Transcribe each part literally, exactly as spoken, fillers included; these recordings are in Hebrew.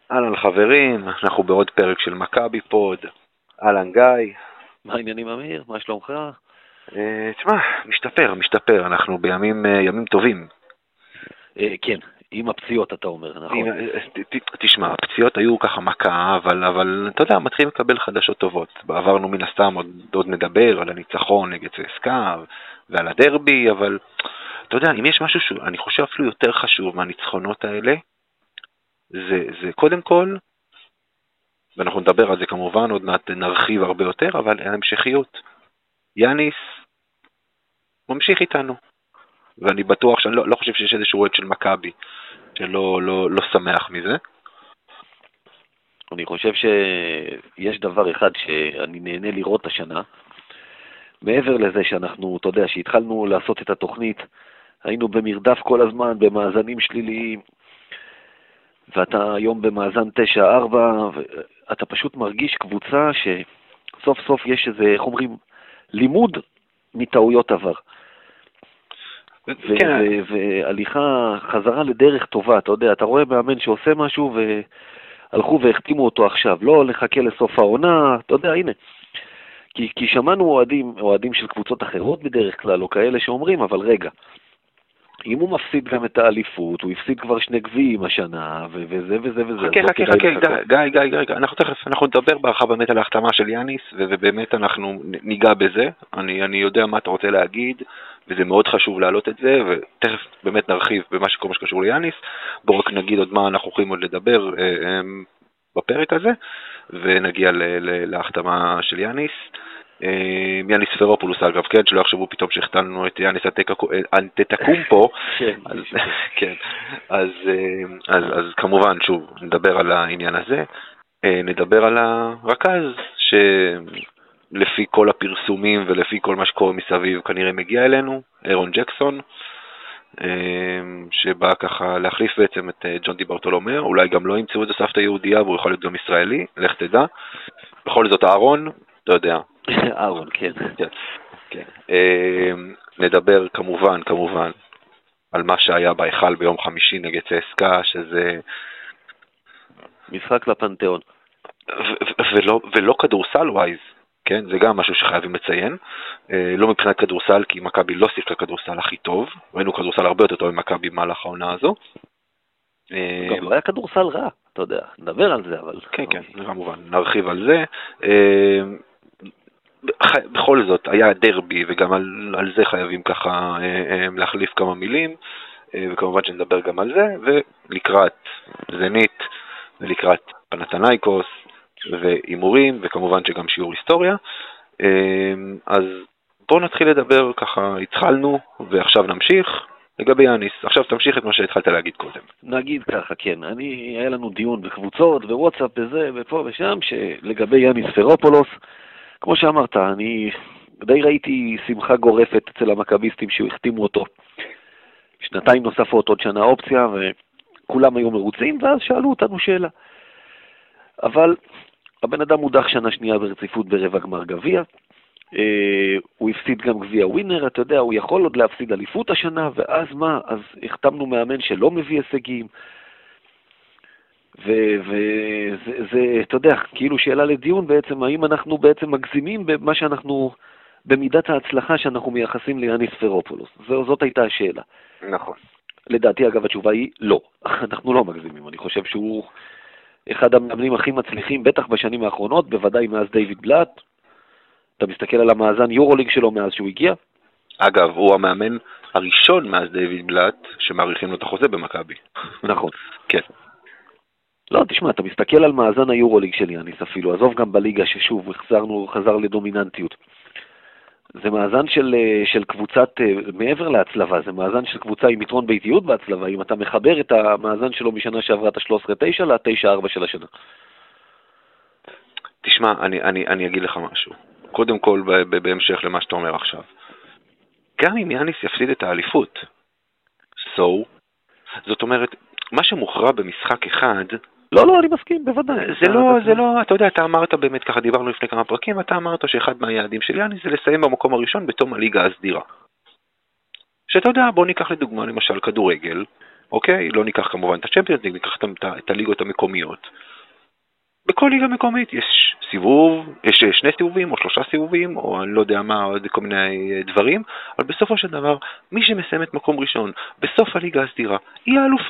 אהלן חברים, אנחנו בעוד פרק של מכבי פוד. אהלן גיא. מה העניינים אמיר? מה שלומך? אה, תשמע, משתפר, משתפר, אנחנו בימים אה, ימים טובים. אה, כן, עם הפציעות אתה אומר, נכון. אם, אה, ת- ת- תשמע, הפציעות היו ככה מכה, אבל, אבל אתה יודע, מתחילים לקבל חדשות טובות. בעברנו מן הסתם עוד, עוד נדבר על הניצחון נגד צסקה ועל הדרבי, אבל אתה יודע, אם יש משהו שאני חושב אפילו יותר חשוב מהניצחונות האלה, זה, זה קודם כל, ואנחנו נדבר על זה כמובן, עוד מעט נרחיב הרבה יותר, אבל ההמשכיות. יאניס ממשיך איתנו, ואני בטוח שאני לא, לא חושב שיש איזשהו אוהד של מכבי שלא לא, לא שמח מזה. אני חושב שיש דבר אחד שאני נהנה לראות השנה, מעבר לזה שאנחנו, אתה יודע, שהתחלנו לעשות את התוכנית, היינו במרדף כל הזמן, במאזנים שליליים, ואתה היום במאזן תשע ארבע, ואתה פשוט מרגיש קבוצה שסוף סוף יש איזה, איך אומרים, לימוד מטעויות עבר. כן. והליכה חזרה לדרך טובה, אתה יודע, אתה רואה מאמן שעושה משהו והלכו והחתימו אותו עכשיו, לא לחכה לסוף העונה, אתה יודע, הנה. כי, כי שמענו אוהדים, אוהדים של קבוצות אחרות בדרך כלל, או כאלה שאומרים, אבל רגע, אם הוא מפסיד גם את האליפות, הוא הפסיד כבר שני גביעים השנה, ו- וזה וזה וזה. חכה, חכה, חכה, גיא, גיא, גיא, גיא, אנחנו תכף, אנחנו נדבר בהרחבה באמת על ההחתמה של יאניס, ובאמת אנחנו ניגע בזה. אני, אני יודע מה אתה רוצה להגיד, וזה מאוד חשוב להעלות את זה, ותכף באמת נרחיב במה שכל מה שקשור ליאניס. בואו רק נגיד עוד מה אנחנו יכולים עוד לדבר אה, אה, בפרק הזה, ונגיע ל- ל- להחתמה של יאניס. יאניס פרופולוס אגב, כן, שלא יחשבו פתאום שהחתנו את יאניס אנטטקומפו. כן, אז, אז, אז כמובן, שוב, נדבר על העניין הזה, נדבר על הרכז, שלפי כל הפרסומים ולפי כל מה שקורה מסביב כנראה מגיע אלינו, אירון ג'קסון, שבא ככה להחליף בעצם את ג'ון די ברטולומאו, אולי גם לא ימצאו את הסבתא יהודייה, והוא יכול להיות גם ישראלי, לך תדע. בכל זאת אהרון, אתה יודע. אהרון, כן. כן, כן. נדבר כמובן, כמובן, על מה שהיה בהיכל ביום חמישי נגד צסקה, שזה משחק לפנתיאון. ולא, ולא כדורסל ווייז, כן? זה גם משהו שחייבים לציין. לא מבחינת כדורסל, כי מכבי לא שיחקה כדורסל הכי טוב, ראינו כדורסל הרבה יותר טוב ממכבי במהלך העונה הזו. גם לא היה כדורסל רע, אתה יודע, נדבר על זה, אבל... כן, כן, כמובן, נרחיב על זה. בכל זאת, היה דרבי, וגם על, על זה חייבים ככה להחליף כמה מילים, וכמובן שנדבר גם על זה, ולקראת זנית, ולקראת פנתנייקוס, ואימורים, וכמובן שגם שיעור היסטוריה. אז בואו נתחיל לדבר ככה, התחלנו, ועכשיו נמשיך. לגבי יאניס, עכשיו תמשיך את מה שהתחלת להגיד קודם. נגיד ככה, כן, אני, היה לנו דיון בקבוצות, ווואטסאפ וזה, ופה ושם, שלגבי יאניס פרופולוס, כמו שאמרת, אני די ראיתי שמחה גורפת אצל המכביסטים שהחתימו אותו. שנתיים נוספות, עוד שנה אופציה, וכולם היו מרוצים, ואז שאלו אותנו שאלה. אבל הבן אדם מודח שנה שנייה ברציפות ברבע גמר גביע, Uh, הוא הפסיד גם גביע ווינר, אתה יודע, הוא יכול עוד להפסיד אליפות השנה, ואז מה? אז החתמנו מאמן שלא מביא הישגים, וזה, אתה יודע, כאילו שאלה לדיון בעצם, האם אנחנו בעצם מגזימים במה שאנחנו, במידת ההצלחה שאנחנו מייחסים ליאניס פרופולוס. זאת הייתה השאלה. נכון. לדעתי, אגב, התשובה היא לא. אנחנו לא מגזימים. אני חושב שהוא אחד המאמנים הכי מצליחים, בטח בשנים האחרונות, בוודאי מאז דיוויד בלאט. אתה מסתכל על המאזן יורוליג שלו מאז שהוא הגיע? אגב, הוא המאמן הראשון מאז דיוויד בלאט שמעריכים לו את החוזה במכבי. נכון. כן. לא, תשמע, אתה מסתכל על מאזן היורוליג של יאניס אפילו, עזוב גם בליגה ששוב, חזרנו, חזר לדומיננטיות. זה מאזן של, של קבוצת, מעבר להצלבה, זה מאזן של קבוצה עם יתרון ביתיות בהצלבה, אם אתה מחבר את המאזן שלו משנה שעברה את ה-שלוש עשרה תשע ל-תשע ארבע של השנה. תשמע, אני, אני, אני אגיד לך משהו. קודם כל, בהמשך למה שאתה אומר עכשיו. גם אם יאניס יפסיד את האליפות, so, זאת אומרת, מה שמוכרע במשחק אחד, לא, לא, אני מסכים, בוודאי. זה לא, זה לא, אתה יודע, אתה אמרת באמת, ככה דיברנו לפני כמה פרקים, אתה אמרת שאחד מהיעדים של יאניס זה לסיים במקום הראשון בתום הליגה הסדירה. שאתה יודע, בוא ניקח לדוגמה למשל כדורגל, אוקיי? לא ניקח כמובן את הצ'מפיונס ליג, ניקח את, את הליגות המקומיות. בכל ליגה מקומית יש סיבוב, יש שני סיבובים או שלושה סיבובים, או אני לא יודע מה, עוד כל מיני דברים, אבל בסופו של דבר, מי שמסיים את מקום ראשון בסוף הליגה הסדירה, היא האלופה.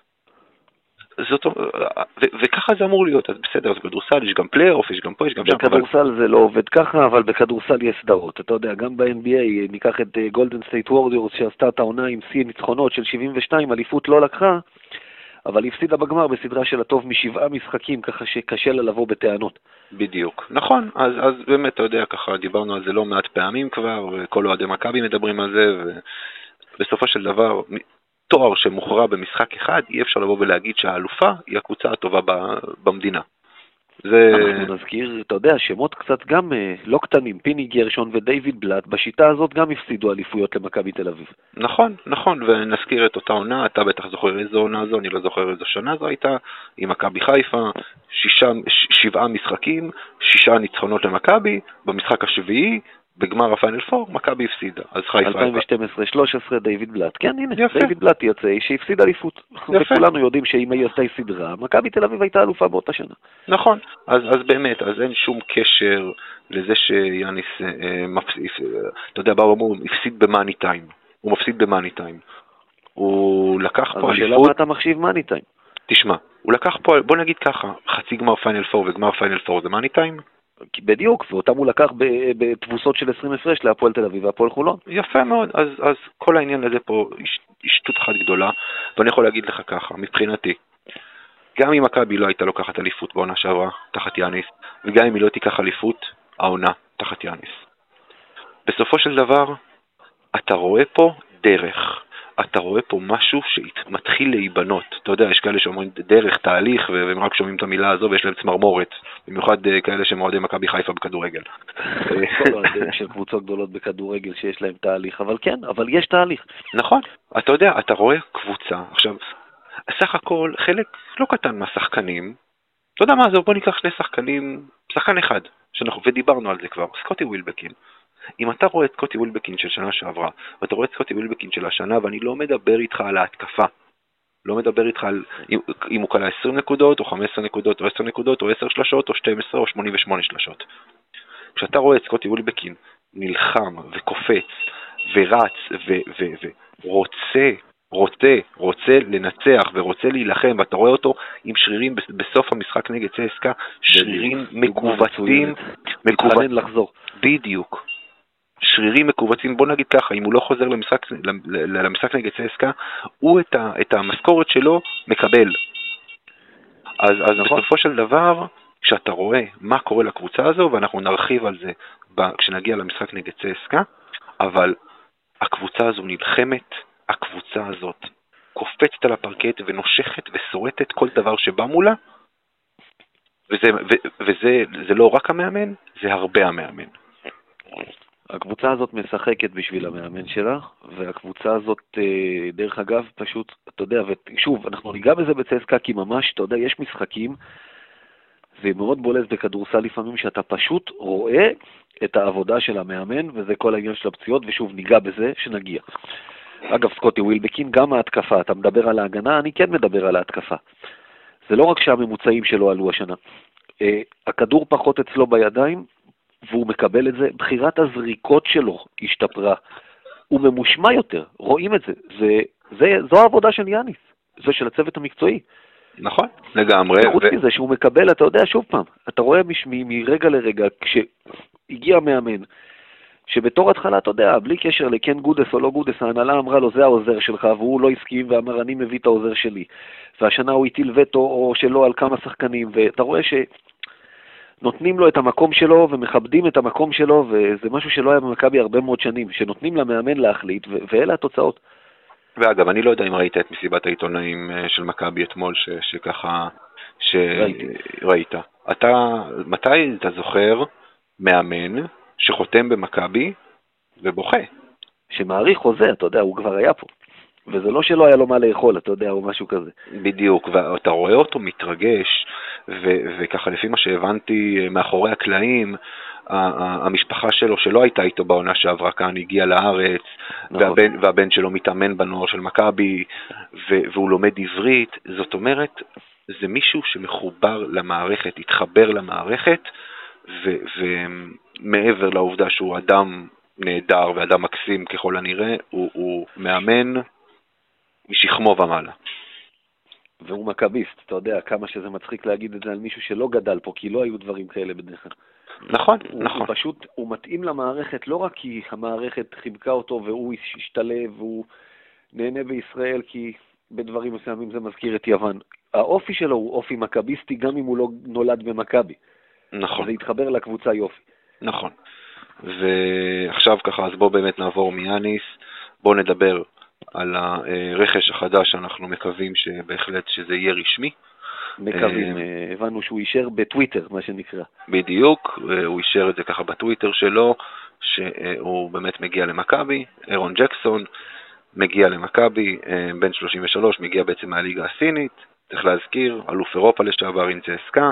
זאת, ו- וככה זה אמור להיות. אז בסדר, אז בכדורסל יש גם פלייאוף, יש גם פה, יש גם שם. בכדורסל אבל... זה לא עובד ככה, אבל בכדורסל יש סדרות. אתה יודע, גם ב-אן בי איי, ניקח את גולדן סטייט וורדיורס שעשתה את העונה עם שיא ניצחונות של שבעים ושתיים, אליפות לא לקחה, אבל הפסידה בגמר בסדרה של הטוב משבעה משחקים, ככה שקשה לה לבוא בטענות. בדיוק, נכון. אז, אז באמת, אתה יודע, ככה דיברנו על זה לא מעט פעמים כבר, וכל אוהדי מכבי מדברים על זה, ובסופו של דבר, תואר שמוכרע במשחק אחד, אי אפשר לבוא ולהגיד שהאלופה היא הקבוצה הטובה במדינה. זה... אנחנו נזכיר, אתה יודע, שמות קצת גם לא קטנים, פיני גרשון ודייוויד בלאט, בשיטה הזאת גם הפסידו אליפויות למכבי תל אביב. נכון, נכון, ונזכיר את אותה עונה, אתה בטח זוכר איזו עונה זו, אני לא זוכר איזו שנה זו הייתה, עם מכבי חיפה, שישה, שבעה משחקים, שישה ניצחונות למכבי, במשחק השביעי, בגמר הפיינל פור, מכבי הפסידה. אז חיפה... אלפיים ושתים עשרה שלוש עשרה, דיוויד בלאט. כן, הנה, יפה. דיוויד בלאט יוצא שהפסיד אליפות. וכולנו יודעים שאם היא עשתה סדרה, מכבי תל אביב הייתה אלופה באותה שנה. נכון. אז, אז באמת, אז אין שום קשר לזה שיאניס אה, מפסיד, אתה יודע, באו אמרו, הפסיד במאני טיים. הוא מפסיד במאני טיים. הוא לקח פה אליפות... אז השאלה מה אתה מחשיב מאני טיים? תשמע, הוא לקח פה, בוא נגיד ככה, חצי גמר פיינל פור וגמר פיינל פור זה מאני טיים? בדיוק, ואותם הוא לקח בתבוסות של עשרים הפרש להפועל תל אביב והפועל חולון. יפה מאוד, אז, אז כל העניין הזה פה היא שטות אחת גדולה, ואני יכול להגיד לך ככה, מבחינתי, גם אם מכבי לא הייתה לוקחת אליפות בעונה שעברה, תחת יאניס, וגם אם היא לא תיקח אליפות, העונה תחת יאניס. בסופו של דבר, אתה רואה פה דרך, אתה רואה פה משהו שמתחיל להיבנות. אתה יודע, יש כאלה שאומרים דרך, תהליך, והם רק שומעים את המילה הזו ויש להם צמרמורת. במיוחד כאלה שהם אוהדי מכבי חיפה בכדורגל. כל אוהדים של קבוצות גדולות בכדורגל שיש להם תהליך, אבל כן, אבל יש תהליך. נכון, אתה יודע, אתה רואה קבוצה. עכשיו, סך הכל, חלק לא קטן מהשחקנים, אתה יודע מה זה, בוא ניקח שני שחקנים, שחקן אחד, שאנחנו, ודיברנו על זה כבר, סקוטי ווילבקין. אם אתה רואה את סקוטי ווילבקין של שנה שעברה, ואתה רואה את סקוטי ווילבקין של השנה, ואני לא מדבר איתך על ההתקפה, לא מדבר איתך על אם, אם הוא קלה עשרים נקודות, או חמש עשרה נקודות, או עשר נקודות, או עשר שלשות, או שתים עשרה, או שמונים ושמונה שלשות. כשאתה רואה את סקוטי ווילבקין נלחם וקופץ ורץ ו- ו- ורוצה, רוצה, רוצה לנצח ורוצה להילחם, ואתה רואה אותו עם שרירים בסוף המשחק נגד צסקה, שרירים מקובצים, מתכנן לחזור. בדיוק. שרירים מקובצים, בוא נגיד ככה, אם הוא לא חוזר למשחק, למשחק נגד צסקה, הוא את, ה, את המשכורת שלו מקבל. אז, אז נכון. בסופו של דבר, כשאתה רואה מה קורה לקבוצה הזו, ואנחנו נרחיב על זה כשנגיע למשחק נגד צסקה, אבל הקבוצה הזו נלחמת, הקבוצה הזאת קופצת על הפרקט ונושכת ושורטת כל דבר שבא מולה, וזה, ו, וזה זה לא רק המאמן, זה הרבה המאמן. הקבוצה הזאת משחקת בשביל המאמן שלה, והקבוצה הזאת, דרך אגב, פשוט, אתה יודע, ושוב, אנחנו ניגע בזה בצסקה, כי ממש, אתה יודע, יש משחקים, זה מאוד בולט בכדורסל לפעמים, שאתה פשוט רואה את העבודה של המאמן, וזה כל העניין של הפציעות, ושוב, ניגע בזה, שנגיע. אגב, סקוטי ווילבקין, גם ההתקפה, אתה מדבר על ההגנה, אני כן מדבר על ההתקפה. זה לא רק שהממוצעים שלו עלו השנה. הכדור פחות אצלו בידיים, והוא מקבל את זה, בחירת הזריקות שלו השתפרה, הוא ממושמע יותר, רואים את זה, זה, זה זו העבודה של יאניס, זו של הצוות המקצועי. נכון, לגמרי. חוץ ו... מזה שהוא מקבל, אתה יודע, שוב פעם, אתה רואה מש, מ, מרגע לרגע, כשהגיע מאמן, שבתור התחלה, אתה יודע, בלי קשר לכן גודס או לא גודס, ההנהלה אמרה לו, זה העוזר שלך, והוא לא הסכים ואמר, אני מביא את העוזר שלי, והשנה הוא הטיל וטו או שלא על כמה שחקנים, ואתה רואה ש... נותנים לו את המקום שלו ומכבדים את המקום שלו, וזה משהו שלא היה במכבי הרבה מאוד שנים, שנותנים למאמן להחליט, ו- ואלה התוצאות. ואגב, אני לא יודע אם ראית את מסיבת העיתונאים של מכבי אתמול, ש- שככה, שראית. אתה, מתי אתה זוכר מאמן שחותם במכבי ובוכה? שמעריך חוזה, אתה יודע, הוא כבר היה פה. וזה לא שלא היה לו מה לאכול, אתה יודע, או משהו כזה. בדיוק, ואתה רואה אותו מתרגש, ו- וככה לפי מה שהבנתי מאחורי הקלעים, המשפחה שלו שלא הייתה איתו בעונה שעברה כאן, הגיעה לארץ, נכון. והבן, והבן שלו מתאמן בנוער של מכבי, והוא לומד עברית. זאת אומרת, זה מישהו שמחובר למערכת, התחבר למערכת, ומעבר לעובדה שהוא אדם נהדר ואדם מקסים ככל הנראה, הוא, הוא מאמן משכמו ומעלה. והוא מכביסט, אתה יודע, כמה שזה מצחיק להגיד את זה על מישהו שלא גדל פה, כי לא היו דברים כאלה בדרך כלל. נכון, הוא, נכון. הוא פשוט, הוא מתאים למערכת, לא רק כי המערכת חיבקה אותו והוא השתלב, והוא נהנה בישראל, כי בדברים מסוימים זה מזכיר את יוון. האופי שלו הוא אופי מכביסטי, גם אם הוא לא נולד במכבי. נכון. זה התחבר לקבוצה יופי. נכון. ועכשיו ככה, אז בוא באמת נעבור מיאניס, בוא נדבר על הרכש החדש, אנחנו מקווים שבהחלט שזה יהיה רשמי. מקווים, הבנו שהוא יישר בטוויטר, מה שנקרא. בדיוק, הוא יישר את זה ככה בטוויטר שלו, שהוא באמת מגיע למכבי, אירון ג'קסון מגיע למכבי, בן שלושים ושלוש, מגיע בעצם מהליגה הסינית, צריך להזכיר, אלוף אירופה לשעבר עם צסקה,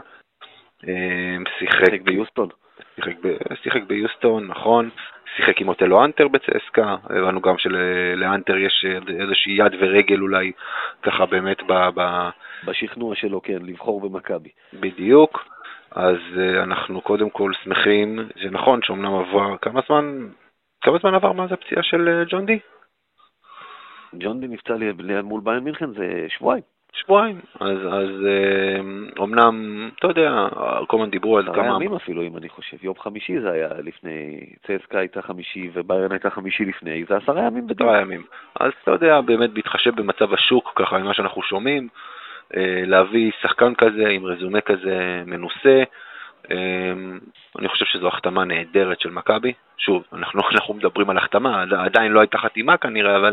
שיחק ביוסטון. שיחק, ב... שיחק ביוסטון, נכון, שיחק עם אוטלו אנטר בצסקה, הבנו גם שלאנטר יש איזושהי יד ורגל אולי, ככה באמת ב... ב... בשכנוע שלו, כן, לבחור במכבי. בדיוק, אז אנחנו קודם כל שמחים, זה נכון שאומנם עבר, כמה זמן, כמה זמן עבר מה זה הפציעה של ג'ון די? ג'ון די נפצע לי מול ביין מינכן, זה שבועיים. שבועיים, אז, אז אומנם, אתה יודע, כל הזמן דיברו על כמה... עשרה ימים אפילו, אם אני חושב, יום חמישי זה היה לפני, צסקה הייתה חמישי וביירן הייתה חמישי לפני, זה עשרה ימים בדיוק. עשרה ימים, אז אתה יודע, באמת בהתחשב במצב השוק, ככה, ממה שאנחנו שומעים, להביא שחקן כזה, עם רזומה כזה מנוסה, אני חושב שזו החתמה נהדרת של מכבי, שוב, אנחנו, אנחנו מדברים על החתמה, עדיין לא הייתה חתימה כנראה, אבל...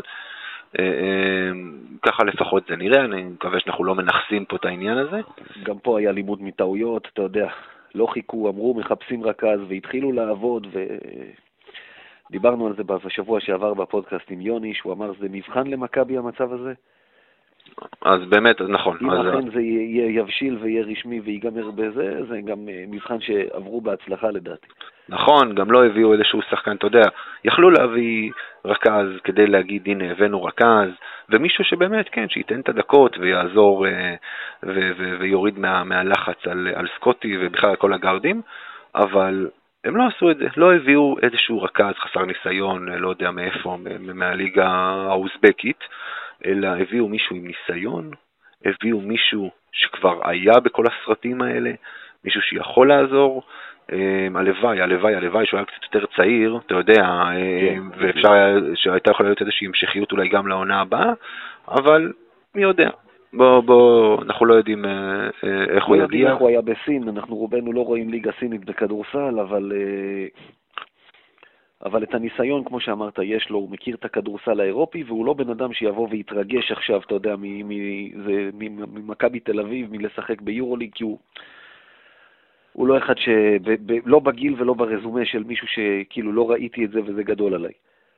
ככה לפחות זה נראה, אני מקווה שאנחנו לא מנחסים פה את העניין הזה. גם פה היה לימוד מטעויות, אתה יודע, לא חיכו, אמרו מחפשים רכז והתחילו לעבוד, ודיברנו על זה בשבוע שעבר בפודקאסט עם יוני, שהוא אמר זה מבחן למכבי המצב הזה. אז באמת, נכון. אם אז... אכן זה יבשיל ויהיה רשמי ויגמר בזה, זה גם מבחן שעברו בהצלחה לדעתי. נכון, גם לא הביאו איזשהו שחקן, אתה יודע, יכלו להביא רכז כדי להגיד, הנה, הבאנו רכז, ומישהו שבאמת, כן, שייתן את הדקות ויעזור ו- ו- ויוריד מה- מהלחץ על, על סקוטי ובכלל על כל הגארדים, אבל הם לא עשו את זה, לא הביאו איזשהו רכז חסר ניסיון, לא יודע מאיפה, מהליגה האוזבקית, אלא הביאו מישהו עם ניסיון, הביאו מישהו שכבר היה בכל הסרטים האלה, מישהו שיכול לעזור, הלוואי, הלוואי, הלוואי שהוא היה קצת יותר צעיר, אתה יודע, ואפשר שהייתה יכולה להיות איזושהי המשכיות אולי גם לעונה הבאה, אבל מי יודע, בוא, בוא, אנחנו לא יודעים איך הוא יגיע. איך הוא היה בסין, אנחנו רובנו לא רואים ליגה סינית בכדורסל, אבל... אבל את הניסיון, כמו שאמרת, יש לו, הוא מכיר את הכדורסל האירופי, והוא לא בן אדם שיבוא ויתרגש עכשיו, אתה יודע, ממכבי תל אביב, מלשחק ביורוליג, כי הוא, הוא לא אחד שלא בגיל ולא ברזומה של מישהו שכאילו לא ראיתי את זה וזה גדול עליי.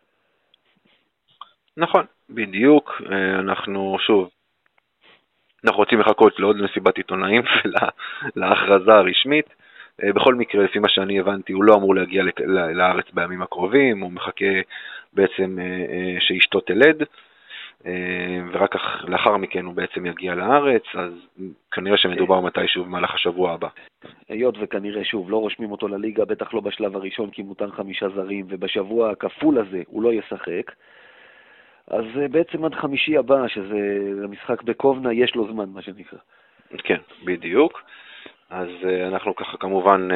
נכון, בדיוק, אנחנו שוב, אנחנו רוצים לחכות לעוד מסיבת עיתונאים ולהכרזה הרשמית. בכל מקרה, לפי מה שאני הבנתי, הוא לא אמור להגיע לארץ בימים הקרובים, הוא מחכה בעצם שאשתו תלד, ורק לאחר מכן הוא בעצם יגיע לארץ, אז כנראה שמדובר מתישהו במהלך השבוע הבא. היות וכנראה שוב, לא רושמים אותו לליגה, בטח לא בשלב הראשון, כי מותר חמישה זרים, ובשבוע הכפול הזה הוא לא ישחק, אז בעצם עד חמישי הבא, שזה המשחק בקובנה, יש לו זמן, מה שנקרא. כן, בדיוק. אז אנחנו ככה כמובן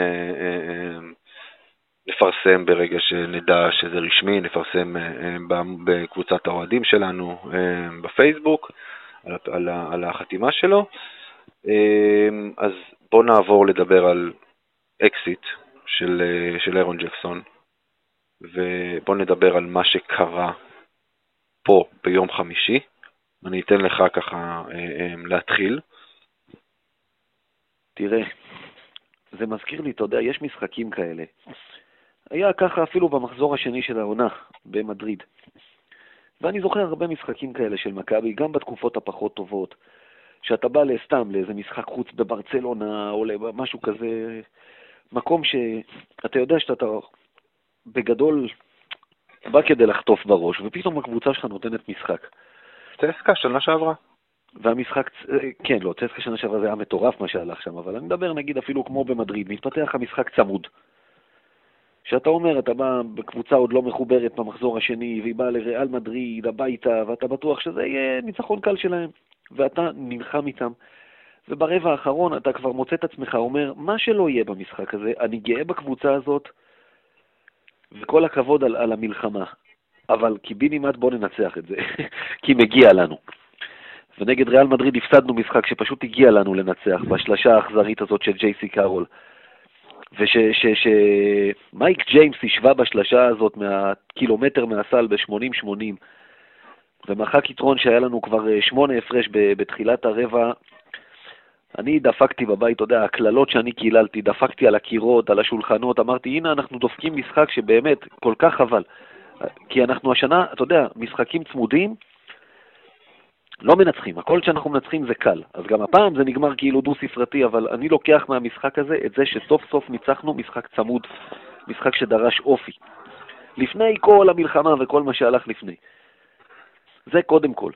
נפרסם ברגע שנדע שזה רשמי, נפרסם בקבוצת האוהדים שלנו בפייסבוק על, על החתימה שלו. אז בואו נעבור לדבר על אקסיט של, של אירון ג'קסון, ובואו נדבר על מה שקרה פה ביום חמישי. אני אתן לך ככה להתחיל. תראה, זה מזכיר לי, אתה יודע, יש משחקים כאלה. היה ככה אפילו במחזור השני של העונה, במדריד. ואני זוכר הרבה משחקים כאלה של מכבי, גם בתקופות הפחות טובות, שאתה בא לסתם לאיזה משחק חוץ בברצלונה, או למשהו כזה מקום שאתה יודע שאתה בגדול בא כדי לחטוף בראש, ופתאום הקבוצה שלך נותנת משחק. צסקה, שנה שעברה. והמשחק, כן, לא, צסקה שנה שעברה זה היה מטורף מה שהלך שם, אבל אני מדבר נגיד אפילו כמו במדריד, מתפתח המשחק צמוד. שאתה אומר, אתה בא בקבוצה עוד לא מחוברת במחזור השני, והיא באה לריאל מדריד, הביתה, ואתה בטוח שזה יהיה ניצחון קל שלהם, ואתה נלחם איתם. וברבע האחרון אתה כבר מוצא את עצמך, אומר, מה שלא יהיה במשחק הזה, אני גאה בקבוצה הזאת, וכל הכבוד על, על המלחמה. אבל קיבינימט בוא ננצח את זה, כי מגיע לנו. ונגד ריאל מדריד הפסדנו משחק שפשוט הגיע לנו לנצח, בשלשה האכזרית הזאת של ג'יי סי קארול. ושמייק ג'יימס ישבה בשלשה הזאת מהקילומטר מהסל ב-שמונים שמונים, ומחק יתרון שהיה לנו כבר שמונה הפרש בתחילת הרבע. אני דפקתי בבית, אתה יודע, הכללות שאני קיללתי, דפקתי על הקירות, על השולחנות, אמרתי, הנה אנחנו דופקים משחק שבאמת כל כך חבל. כי אנחנו השנה, אתה יודע, משחקים צמודים, לא מנצחים, הכל שאנחנו מנצחים זה קל. אז גם הפעם זה נגמר כאילו דו ספרתי, אבל אני לוקח מהמשחק הזה את זה שסוף סוף ניצחנו משחק צמוד, משחק שדרש אופי. לפני כל המלחמה וכל מה שהלך לפני. זה קודם כל.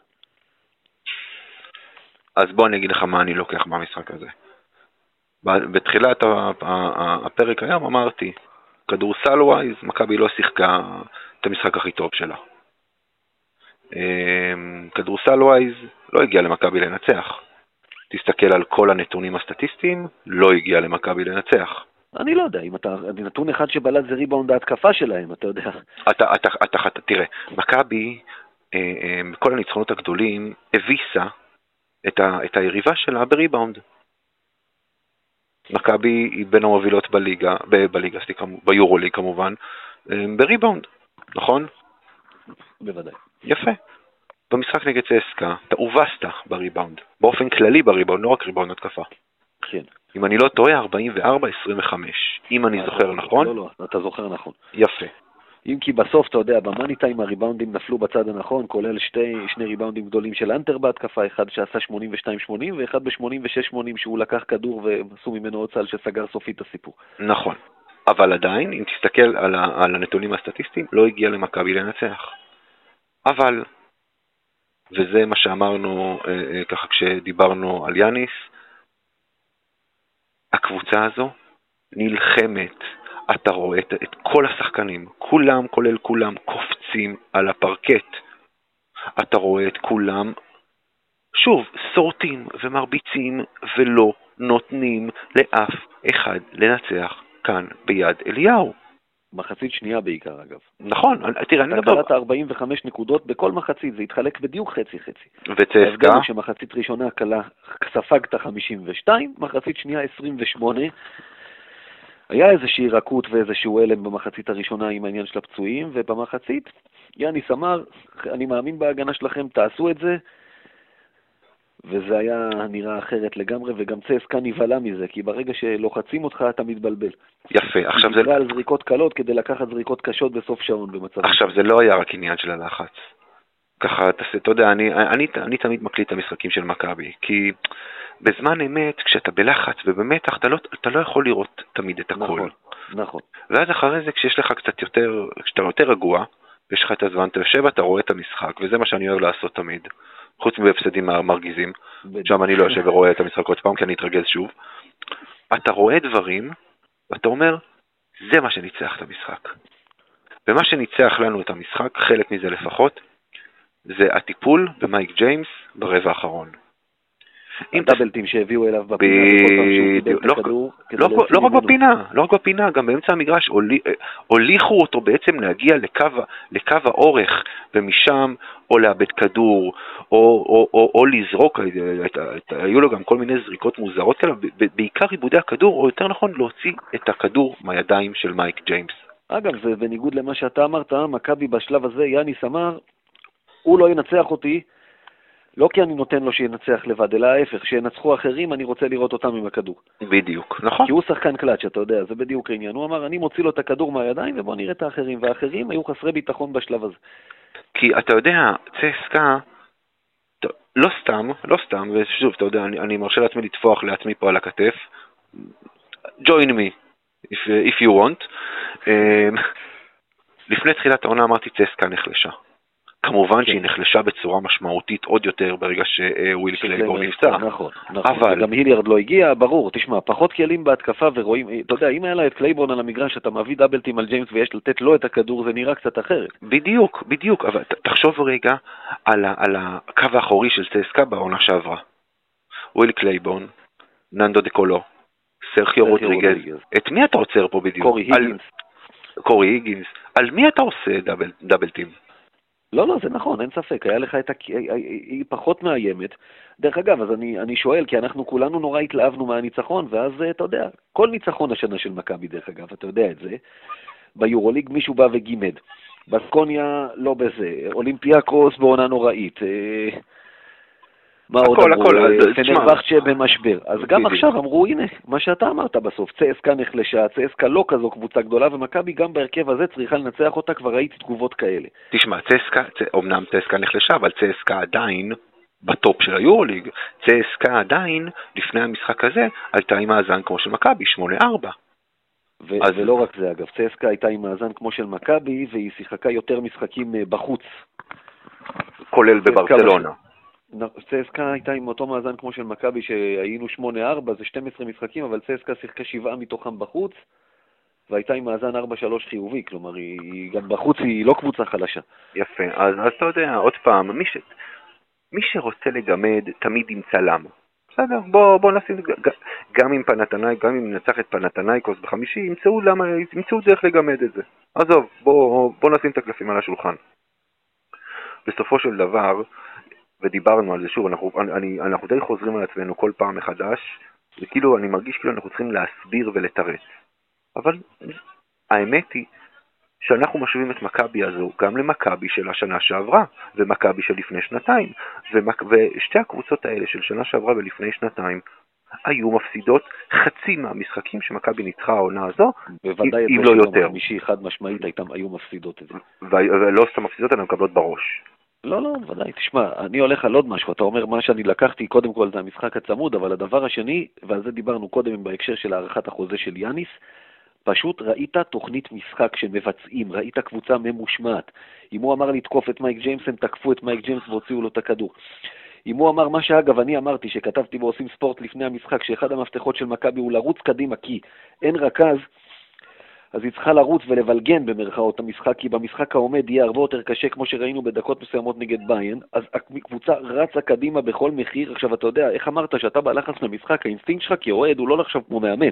אז בוא אני אגיד לך מה אני לוקח מהמשחק הזה. בתחילת הפרק היום אמרתי, כדורסל ווייז, מכבי לא שיחקה את המשחק הכי טוב שלה. כדורסל ווייז לא הגיע למכבי לנצח. תסתכל על כל הנתונים הסטטיסטיים, לא הגיע למכבי לנצח. אני לא יודע, אם אתה, נתון אחד שבלט זה ריבאונד ההתקפה שלהם, אתה יודע. אתה, אתה, אתה, אתה, תראה, מכבי, בכל הניצחונות הגדולים, הביסה את, ה, את היריבה שלה בריבאונד. מכבי היא בין המובילות בליגה, ב, בליגה, סליחה, ביורוליג כמובן, בריבאונד, נכון? בוודאי. יפה. במשחק נגד צסקה, אתה הובסת בריבאונד, באופן כללי בריבאונד, לא רק ריבאונד התקפה. כן. אם אני לא טועה, ארבעים וארבע עשרים וחמש, אם אני זוכר נכון. לא, לא, אתה זוכר נכון. יפה. אם כי בסוף, אתה יודע, במאני טיים הריבאונדים נפלו בצד הנכון, כולל שתי, שני ריבאונדים גדולים של אנטר בהתקפה, אחד שעשה שמונים ושתיים שמונים, ואחד ב-שמונים ושש שמונים שהוא לקח כדור ועשו ממנו עוד סל שסגר סופית את הסיפור. נכון. אבל עדיין, אם תסתכל על, ה- על הנתונים הסטטיסטיים, לא הגיע למכבי לנצח. אבל, וזה מה שאמרנו אה, אה, ככה כשדיברנו על יאניס, הקבוצה הזו נלחמת, אתה רואה את, את כל השחקנים, כולם כולל כולם קופצים על הפרקט. אתה רואה את כולם, שוב, סורטים ומרביצים ולא נותנים לאף אחד לנצח כאן ביד אליהו. מחצית שנייה בעיקר, אגב. נכון, תראה, אני מדבר... אתה קלעת ארבעים וחמש נקודות בכל מחצית, זה התחלק בדיוק חצי-חצי. וצסקה? ההבדל הוא שמחצית ראשונה קלה, ספגת חמישים ושתיים, מחצית שנייה עשרים ושמונה. היה איזושהי רכות ואיזשהו אלם במחצית הראשונה עם העניין של הפצועים, ובמחצית יאניס אמר, אני מאמין בהגנה שלכם, תעשו את זה, וזה היה נראה אחרת לגמרי, וגם צסקה נבהלה מזה, כי ברגע שלוחצים אותך אתה מתבלבל. יפה, עכשיו זה... נקרא על זריקות קלות כדי לקחת זריקות קשות בסוף שעון במצב. עכשיו זה לא היה רק עניין של הלחץ. ככה, אתה יודע, אני, אני, אני תמיד מקליט את המשחקים של מכבי, כי בזמן אמת, כשאתה בלחץ ובמתח, אתה לא, אתה לא יכול לראות תמיד את הכל. נכון, נכון. ואז אחרי זה, כשיש לך קצת יותר, כשאתה יותר רגוע, ויש לך את הזמן, אתה יושב, אתה רואה את המשחק, וזה מה שאני אוהב לעשות תמיד. חוץ מבהפסדים מרגיזים, שם אני לא יושב ורואה את המשחק עוד פעם, כי אני אתרגז שוב. אתה רואה דברים, ואתה אומר, זה מה שניצח את המשחק. ומה שניצח לנו את המשחק, חלק מזה לפחות, זה הטיפול במייק ג'יימס ברבע האחרון. הדאבלטים שהביאו אליו בפינה, לא רק בפינה, לא רק בפינה, גם באמצע המגרש הוליכו אותו בעצם להגיע לקו האורך, ומשם או לאבד כדור, או לזרוק, היו לו גם כל מיני זריקות מוזרות כאלה, בעיקר עיבודי הכדור, או יותר נכון להוציא את הכדור מהידיים של מייק ג'יימס. אגב, זה בניגוד למה שאתה אמרת, מכבי בשלב הזה, יאניס אמר, הוא לא ינצח אותי, לא כי אני נותן לו שינצח לבד, אלא ההפך, שינצחו אחרים, אני רוצה לראות אותם עם הכדור. בדיוק, נכון. כי הוא שחקן קלאץ', אתה יודע, זה בדיוק העניין. הוא אמר, אני מוציא לו את הכדור מהידיים, ובוא נראה את האחרים, והאחרים היו חסרי ביטחון בשלב הזה. כי אתה יודע, צסקה, לא סתם, לא סתם, ושוב, אתה יודע, אני, אני מרשה לעצמי לטפוח לעצמי פה על הכתף, join me, if, if you want. לפני תחילת העונה אמרתי צסקה נחלשה. כמובן שהיא נחלשה בצורה משמעותית עוד יותר ברגע שוויל קלייבורן נפצע. נכון, נכון. וגם היליארד לא הגיע, ברור. תשמע, פחות כלים בהתקפה ורואים, אתה יודע, אם היה לה את קלייבורן על המגרש, אתה מביא דאבלטים על ג'יימס ויש לתת לו את הכדור, זה נראה קצת אחרת. בדיוק, בדיוק. אבל תחשוב רגע על, ה, על הקו האחורי של צסקה בעונה שעברה. וויל קלייבורן, ננדו דקולו, סרחיו רודריגז. את מי אתה עוצר פה בדיוק? קורי היגינס. קורי היגינס. על מי אתה עושה דאבל, דאבלטים? לא, לא, זה נכון, אין ספק, היה לך את ה... היא פחות מאיימת. דרך אגב, אז אני, אני שואל, כי אנחנו כולנו נורא התלהבנו מהניצחון, ואז אתה יודע, כל ניצחון השנה של מכבי, דרך אגב, אתה יודע את זה, ביורוליג מישהו בא וגימד. בסקוניה לא בזה, אולימפיאקוס בעונה נוראית, מה עוד אמרו? פנרבחצ'ה במשבר. אז גם עכשיו אמרו, הנה, מה שאתה אמרת בסוף, צסקה נחלשה, צסקה לא כזו קבוצה גדולה, ומכבי גם בהרכב הזה צריכה לנצח אותה, כבר ראיתי תגובות כאלה. תשמע, צסקה, אומנם צסקה נחלשה, אבל צסקה עדיין בטופ של היורוליג. צסקה עדיין, לפני המשחק הזה, עלתה עם מאזן כמו של מכבי, שמונה ארבע. ולא רק זה, אגב, צסקה הייתה עם מאזן כמו של מכבי, והיא שיחקה יותר משחקים בחוץ. כולל בברצלונה. צסקה הייתה עם אותו מאזן כמו של מכבי שהיינו שמונה ארבע, זה שנים עשר משחקים, אבל צסקה שיחקה שבעה מתוכם בחוץ, והייתה עם מאזן ארבע שלוש חיובי, כלומר היא גם בחוץ היא לא קבוצה חלשה. יפה, אז, אז אתה יודע, עוד פעם, מי, ש... מי שרוצה לגמד תמיד ימצא למה. בסדר, בוא, בוא נשים, גם עם פנתנאי, גם אם נצח את פנתנאיקוס בחמישי, ימצאו למה, ימצאו דרך לגמד את זה. עזוב, בוא, בוא נשים את הקלפים על השולחן. בסופו של דבר, ודיברנו על זה שוב, אנחנו, אני, אנחנו די חוזרים על עצמנו כל פעם מחדש, וכאילו אני מרגיש כאילו אנחנו צריכים להסביר ולתרץ. אבל האמת היא שאנחנו משווים את מכבי הזו גם למכבי של השנה שעברה, ומכבי של לפני שנתיים, ומק... ושתי הקבוצות האלה של שנה שעברה ולפני שנתיים, היו מפסידות חצי מהמשחקים שמכבי ניצחה העונה הזו, אם לא יותר. מישהי חד משמעית היו מפסידות את זה. ולא סתם מפסידות, הן מקבלות בראש. לא, לא, ודאי, תשמע, אני הולך על עוד משהו, אתה אומר מה שאני לקחתי, קודם כל זה המשחק הצמוד, אבל הדבר השני, ועל זה דיברנו קודם בהקשר של הערכת החוזה של יאניס, פשוט ראית תוכנית משחק שמבצעים, ראית קבוצה ממושמעת. אם הוא אמר לתקוף את מייק ג'יימס, הם תקפו את מייק ג'יימס והוציאו לו את הכדור. אם הוא אמר מה שאגב אני אמרתי, שכתבתי ועושים ספורט לפני המשחק, שאחד המפתחות של מכבי הוא לרוץ קדימה, כי אין רכז, אז היא צריכה לרוץ ולבלגן במרכאות המשחק, כי במשחק העומד יהיה הרבה יותר קשה, כמו שראינו בדקות מסוימות נגד ביין, אז הקבוצה רצה קדימה בכל מחיר. עכשיו אתה יודע, איך אמרת שאתה בלחץ למשחק, האינסטינקט שלך כאוהד הוא לא לחשוב כמו מאמן.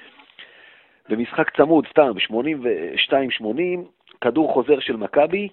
במשחק צמוד, סתם, שמונים ושתיים שמונים, כדור חוזר של מכבי,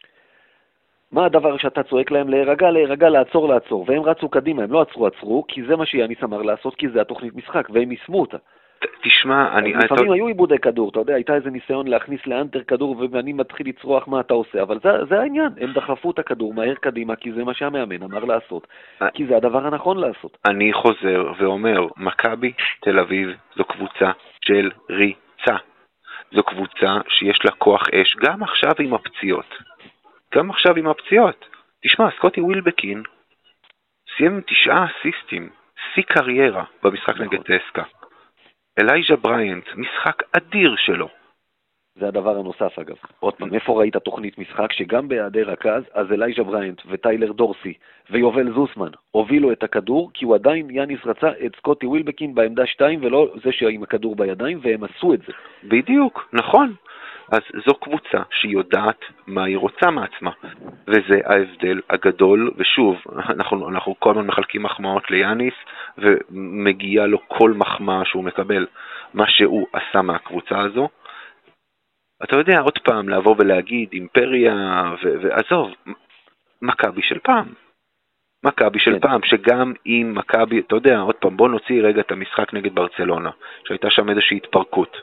מה הדבר שאתה צועק להם? להירגע, להירגע, לעצור, לעצור, והם רצו קדימה, הם לא עצרו, עצרו, כי זה מה שיאניס אמר לעשות, כי זה התוכנית משחק, והם יישמו אותה. תשמע, אני... לפעמים היו עיבודי כדור, אתה יודע, הייתה איזה ניסיון להכניס לאנטר כדור, ואני מתחיל לצרוח מה אתה עושה, אבל זה, זה העניין, הם דחפו את הכדור מהר קדימה, כי זה מה שהמאמן אמר לעשות, כי זה הדבר הנכון לעשות. אני חוזר ואומר, מכבי תל אביב זו קבוצה של ריצה, זו קבוצה שיש לה כוח אש, גם עכשיו עם הפציעות, גם עכשיו עם הפציעות. תשמע, סקוטי ווילבקין סיים תשעה אסיסטים, שיא קריירה במשחק נגד טסקה. אלייג'ה בריינט, משחק אדיר שלו. זה הדבר הנוסף אגב. עוד פעם, איפה ראית תוכנית משחק שגם בהיעדר רכז, אז אלייג'ה בריינט וטיילר דורסי ויובל זוסמן הובילו את הכדור, כי הוא עדיין, יאניס רצה את סקוטי ווילבקין בעמדה שתיים, ולא זה שעם הכדור בידיים, והם עשו את זה. בדיוק, נכון. אז זו קבוצה שיודעת מה היא רוצה מעצמה, וזה ההבדל הגדול, ושוב, אנחנו, אנחנו כל הזמן מחלקים מחמאות ליאניס, ומגיע לו כל מחמאה שהוא מקבל, מה שהוא עשה מהקבוצה הזו. אתה יודע, עוד פעם, לעבור ולהגיד אימפריה, ו- ועזוב, מכבי של פעם. מכבי של פעם, שגם אם מכבי, אתה יודע, עוד פעם, בוא נוציא רגע את המשחק נגד ברצלונה, שהייתה שם איזושהי התפרקות.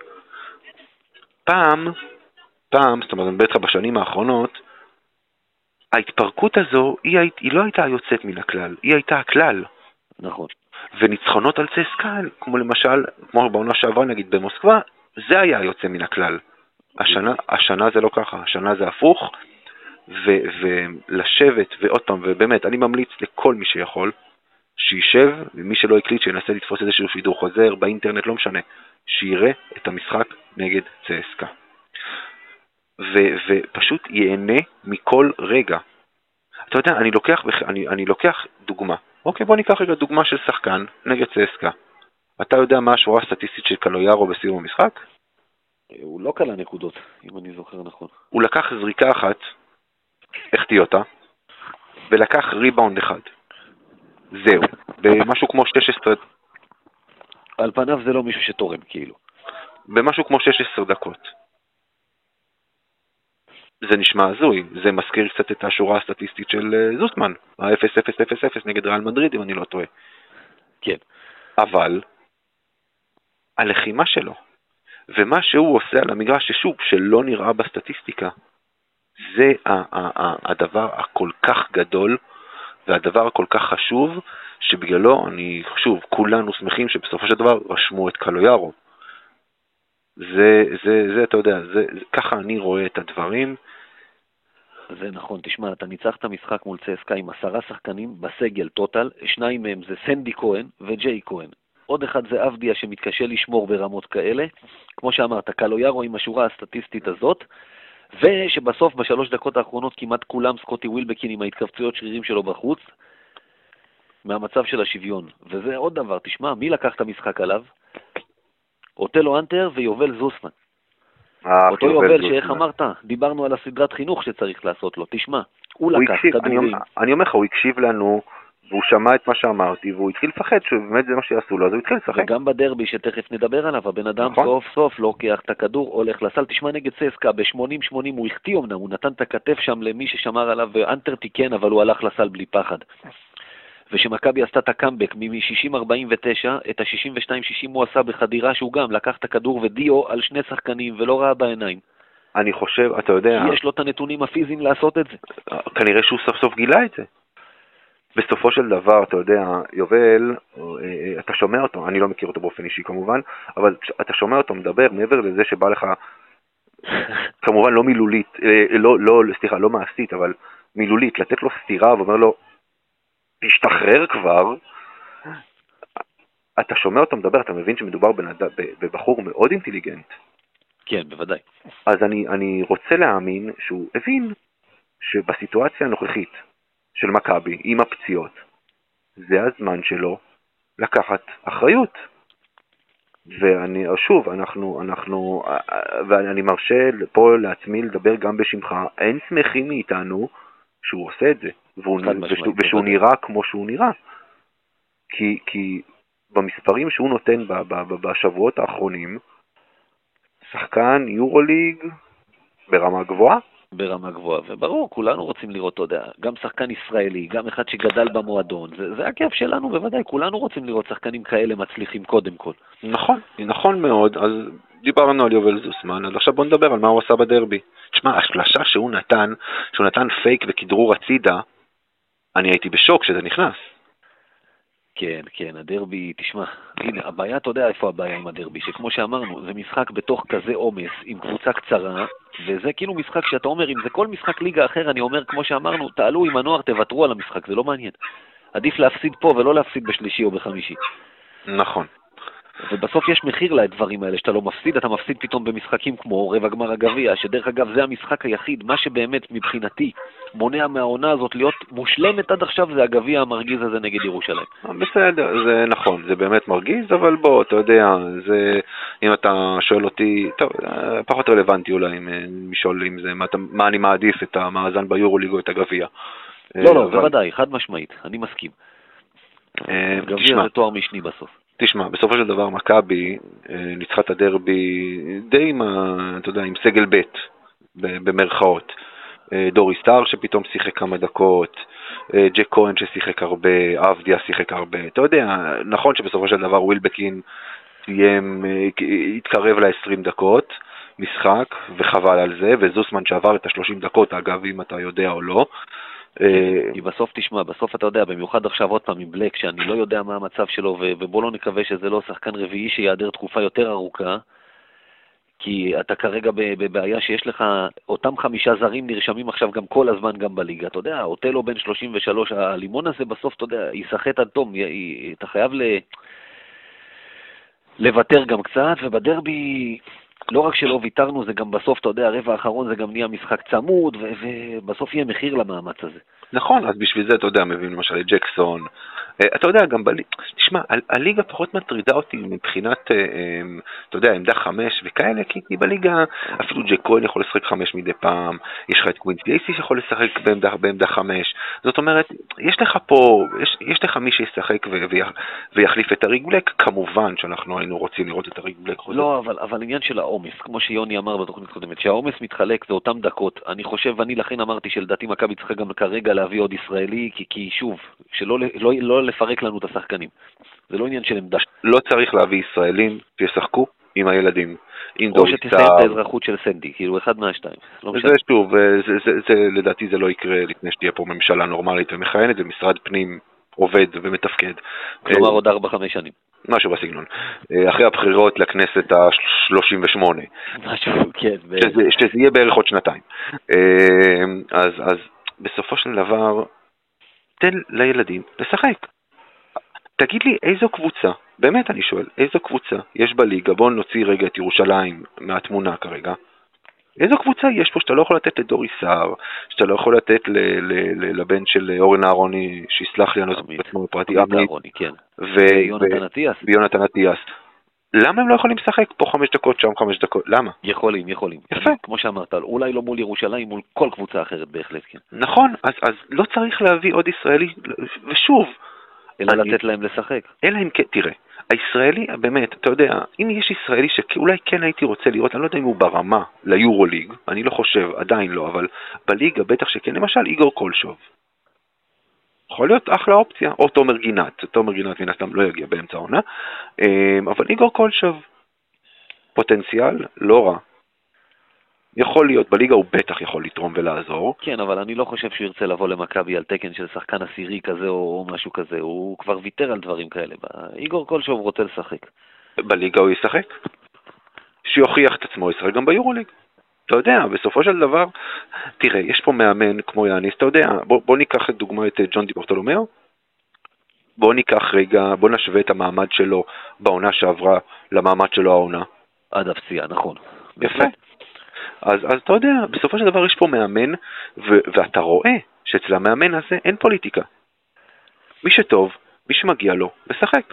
פעם, פעם, זאת אומרת, בטח בשנים האחרונות, ההתפרקות הזו, היא, היא לא הייתה יוצאת מן הכלל, היא הייתה הכלל. נכון. וניצחונות על צסקה, כמו למשל, כמו בעונה שעברה נגיד במוסקבה, זה היה יוצא מן הכלל. השנה, השנה זה לא ככה, השנה זה הפוך, ו, ולשבת, ועוד פעם, ובאמת, אני ממליץ לכל מי שיכול, שישב, ומי שלא הקליט שינסה לתפוס איזשהו שידור חוזר באינטרנט, לא משנה, שיראה את המשחק נגד צסקה. ו- ופשוט ייהנה מכל רגע. אתה יודע, אני לוקח, אני, אני לוקח דוגמה. אוקיי, בוא ניקח רגע דוגמה של שחקן נגד צסקה. אתה יודע מה השורה הסטטיסטית של קלויארו בסיום המשחק? הוא לא קלה נקודות, אם אני זוכר נכון. הוא לקח זריקה אחת, החטיא אותה, ולקח ריבאונד אחד. זהו, במשהו כמו שש עשרה... על פניו זה לא מישהו שתורם, כאילו. במשהו כמו שש עשרה דקות. זה נשמע הזוי, זה מזכיר קצת את השורה הסטטיסטית של זוסמן, ה-אפס אפס אפס אפס נגד ריאל מדריד, אם אני לא טועה. כן. אבל, הלחימה שלו, ומה שהוא עושה על המגרש, ששוב, שלא נראה בסטטיסטיקה, זה הדבר הכל כך גדול, והדבר הכל כך חשוב, שבגללו אני, שוב, כולנו שמחים שבסופו של דבר רשמו את קלויארו. זה, זה, זה, אתה יודע, זה, זה, ככה אני רואה את הדברים. זה נכון, תשמע, אתה ניצחת משחק מול צסקה עם עשרה שחקנים בסגל טוטל, שניים מהם זה סנדי כהן וג'יי כהן. עוד אחד זה אבדיה שמתקשה לשמור ברמות כאלה, כמו שאמרת, קלויארו עם השורה הסטטיסטית הזאת, ושבסוף בשלוש דקות האחרונות כמעט כולם סקוטי ווילבקין עם ההתכווצויות שרירים שלו בחוץ, מהמצב של השוויון. וזה עוד דבר, תשמע, מי לקח את המשחק עליו? אוטלו אנטר ויובל זוסמן. אותו יובל שאיך אמרת, דיברנו על הסדרת חינוך שצריך לעשות לו, תשמע, הוא לקח כדורים. אני אומר לך, הוא הקשיב לנו, והוא שמע את מה שאמרתי, והוא התחיל לפחד, שבאמת זה מה שיעשו לו, אז הוא התחיל לפחד. וגם בדרבי שתכף נדבר עליו, הבן אדם סוף סוף לוקח את הכדור, הולך לסל, תשמע נגד צסקה, ב-שמונים שמונים הוא החטיא אמנם, הוא נתן את הכתף שם למי ששמר עליו, ואנטר תיקן, אבל הוא הלך לסל בלי פחד. ושמכבי עשתה את הקאמבק מ-שישים ארבעים ותשע, את ה-שישים ושתיים שישים הוא עשה בחדירה שהוא גם לקח את הכדור ודיו על שני שחקנים ולא ראה בעיניים. אני חושב, אתה יודע... יש לו את הנתונים הפיזיים לעשות את זה. כנראה שהוא סוף סוף גילה את זה. בסופו של דבר, אתה יודע, יובל, אתה שומע אותו, אני לא מכיר אותו באופן אישי כמובן, אבל אתה שומע אותו מדבר מעבר לזה שבא לך, כמובן לא מילולית, לא, לא, סליחה, לא מעשית, אבל מילולית, לתת לו סתירה ואומר לו, תשתחרר כבר, אתה שומע אותו מדבר, אתה מבין שמדובר בבחור מאוד אינטליגנט. כן, בוודאי. אז אני, אני רוצה להאמין שהוא הבין שבסיטואציה הנוכחית של מכבי עם הפציעות, זה הזמן שלו לקחת אחריות. ואני, שוב, אנחנו, אנחנו, ואני מרשה פה לעצמי לדבר גם בשמך, אין שמחים מאיתנו שהוא עושה את זה, והוא, ושהוא, ושהוא נראה כמו שהוא נראה. כי, כי במספרים שהוא נותן ב, ב, ב, בשבועות האחרונים, שחקן יורוליג ברמה גבוהה. ברמה גבוהה, וברור, כולנו רוצים לראות, אתה יודע, גם שחקן ישראלי, גם אחד שגדל במועדון, זה, זה הכיף שלנו, בוודאי, כולנו רוצים לראות שחקנים כאלה מצליחים קודם כל. נכון, נכון מאוד, אז דיברנו על יובל זוסמן, אז עכשיו בוא נדבר על מה הוא עשה בדרבי. תשמע, השלשה שהוא נתן, שהוא נתן פייק וכדרור הצידה, אני הייתי בשוק שזה נכנס. כן, כן, הדרבי, תשמע, הנה, הבעיה, אתה יודע איפה הבעיה עם הדרבי, שכמו שאמרנו, זה משחק בתוך כזה עומס, עם קבוצה קצרה, וזה כאילו משחק שאתה אומר, אם זה כל משחק ליגה אחר, אני אומר, כמו שאמרנו, תעלו עם הנוער, תוותרו על המשחק, זה לא מעניין. עדיף להפסיד פה ולא להפסיד בשלישי או בחמישי. נכון. ובסוף יש מחיר לדברים האלה, שאתה לא מפסיד, אתה מפסיד פתאום במשחקים כמו רבע גמר הגביע, שדרך אגב זה המשחק היחיד, מה שבאמת מבחינתי מונע מהעונה הזאת להיות מושלמת עד עכשיו, זה הגביע המרגיז הזה נגד ירושלים. בסדר, זה נכון, זה באמת מרגיז, אבל בוא, אתה יודע, זה, אם אתה שואל אותי, טוב, פחות רלוונטי אולי אם משאול אם זה, מה, מה אני מעדיף, את המאזן ביורוליג או את הגביע. לא, לא, בוודאי, חד משמעית, אני מסכים. גביע זה תואר משני בסוף. תשמע, בסופו של דבר מכבי ניצחה את הדרבי די עם, אתה יודע, עם סגל ב' במרכאות. דורי סטאר שפתאום שיחק כמה דקות, ג'ק כהן ששיחק הרבה, אבדיה שיחק הרבה. אתה יודע, נכון שבסופו של דבר ווילבקין סיים, התקרב ל-עשרים דקות משחק, וחבל על זה, וזוסמן שעבר את ה-שלושים דקות, אגב, אם אתה יודע או לא. כי בסוף תשמע, בסוף אתה יודע, במיוחד עכשיו עוד פעם עם בלק, שאני לא יודע מה המצב שלו, ובוא לא נקווה שזה לא שחקן רביעי שיעדר תקופה יותר ארוכה, כי אתה כרגע בבעיה שיש לך, אותם חמישה זרים נרשמים עכשיו גם כל הזמן גם בליגה, אתה יודע, אוטלו בן שלושים ושלוש, הלימון הזה בסוף, אתה יודע, ישחט עד תום, אתה חייב ל... לוותר גם קצת, ובדרבי, לא רק שלא ויתרנו, זה גם בסוף, אתה יודע, הרבע האחרון זה גם נהיה משחק צמוד, ו- ובסוף יהיה מחיר למאמץ הזה. נכון, אז בשביל זה, אתה יודע, מביאים למשל את ג'קסון, אתה יודע, גם בליגה, תשמע, הליגה פחות מטרידה אותי מבחינת, אתה יודע, עמדה חמש וכאלה, כי בליגה אפילו ג'ק כהן יכול לשחק חמש מדי פעם, יש לך את קווינסי אייסי שיכול לשחק בעמדה, בעמדה חמש, זאת אומרת, יש לך פה, יש, יש לך מי שישחק ו- ו- ויחליף את הריגולק, כמובן שאנחנו היינו רוצים לראות את הריגולק. לא, אבל, אבל עניין של העומס, כמו שיוני אמר בתוכנית קודמת, שהעומס מתחלק זה אותם דקות, אני חושב, ואני לכן אמרתי שלדעתי מכבי צריכה גם כרגע להביא עוד ישראלי, כי, כי שוב, שלא לא, לא לפרק לנו את השחקנים. זה לא עניין של עמדה. לא צריך להביא ישראלים שישחקו עם הילדים. או שתסיים את האזרחות של סנדי, כאילו אחד מהשתיים. לא זה שוב, זה, זה, זה, זה, לדעתי זה לא יקרה לפני שתהיה פה ממשלה נורמלית ומכהנת, זה משרד פנים עובד ומתפקד. כלומר עוד ארבע חמש שנים. משהו בסגנון. אחרי הבחירות לכנסת ה-שלושים ושמונה. משהו, כן. שזה, שזה יהיה בערך עוד שנתיים. אז, אז בסופו של דבר, תן לילדים לשחק. תגיד לי איזו קבוצה, באמת אני שואל, איזו קבוצה יש בליגה, בואו נוציא רגע את ירושלים מהתמונה כרגע, איזו קבוצה יש פה שאתה לא יכול לתת לדורי סער, שאתה לא יכול לתת ל- ל- ל- לבן של אורן אהרוני, שיסלח לי, אני לא זוכר בעצמו בפרטי, עמית, כן. ויונתן אטיאס. ויונתן אטיאס. למה הם לא יכולים לשחק פה חמש דקות, שם חמש דקות? למה? יכולים, יכולים. יפה. כמו שאמרת, אולי לא מול ירושלים, מול כל קבוצה אחרת בהחלט, כן. נכון, אז, אז לא צריך להביא עוד ישראלי, ושוב, אלא אני... לתת להם לשחק. אלא אם כן, תראה, הישראלי, באמת, אתה יודע, אם יש ישראלי שאולי כן הייתי רוצה לראות, אני לא יודע אם הוא ברמה ליורוליג, אני לא חושב, עדיין לא, אבל בליגה בטח שכן, למשל איגור קולשוב. יכול להיות אחלה אופציה, או תומר גינת, תומר גינת מן הסתם לא יגיע באמצע העונה, אבל איגור קולשוב, פוטנציאל לא רע. יכול להיות, בליגה הוא בטח יכול לתרום ולעזור. כן, אבל אני לא חושב שהוא ירצה לבוא למכבי על תקן של שחקן עשירי כזה או משהו כזה, הוא כבר ויתר על דברים כאלה. איגור קולשוב רוצה לשחק. בליגה הוא ישחק? שיוכיח את עצמו, ישחק גם ביורוליג. אתה יודע, בסופו של דבר, תראה, יש פה מאמן כמו יאניס, אתה יודע, בוא, בוא ניקח את דוגמה את ג'ון די ברטולומיאו, בוא ניקח רגע, בוא נשווה את המעמד שלו בעונה שעברה למעמד שלו העונה. עד הפציעה, נכון. יפה. אז, אז אתה יודע, בסופו של דבר יש פה מאמן, ו- ואתה רואה שאצל המאמן הזה אין פוליטיקה. מי שטוב, מי שמגיע לו, לשחק.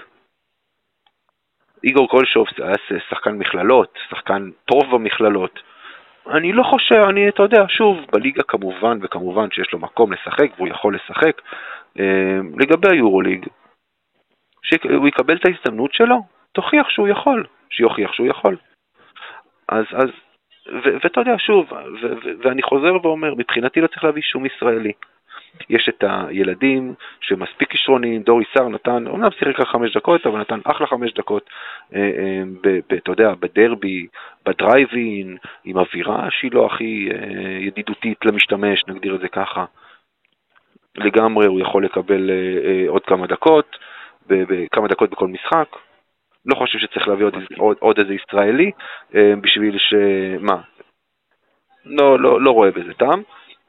איגור קולשוב היה שחקן מכללות, שחקן טוב במכללות. אני לא חושב, אני, אתה יודע, שוב, בליגה כמובן, וכמובן שיש לו מקום לשחק, והוא יכול לשחק. לגבי היורוליג, שהוא יקבל את ההזדמנות שלו, תוכיח שהוא יכול, שיוכיח שהוא יכול. אז, אז, ו- ואתה יודע, שוב, ו- ו- ואני חוזר ואומר, מבחינתי לא צריך להביא שום ישראלי. יש את הילדים שמספיק כישרונים, דורי סער נתן, אומנם שיחק רק חמש דקות, אבל נתן אחלה חמש דקות, אתה יודע, בדרבי, בדרייבין, עם אווירה שהיא לא הכי ידידותית למשתמש, נגדיר את זה ככה. לגמרי הוא יכול לקבל עוד כמה דקות, כמה דקות בכל משחק. לא חושב שצריך להביא עוד, עוד, עוד איזה ישראלי, בשביל ש... מה? לא, לא, לא רואה בזה טעם.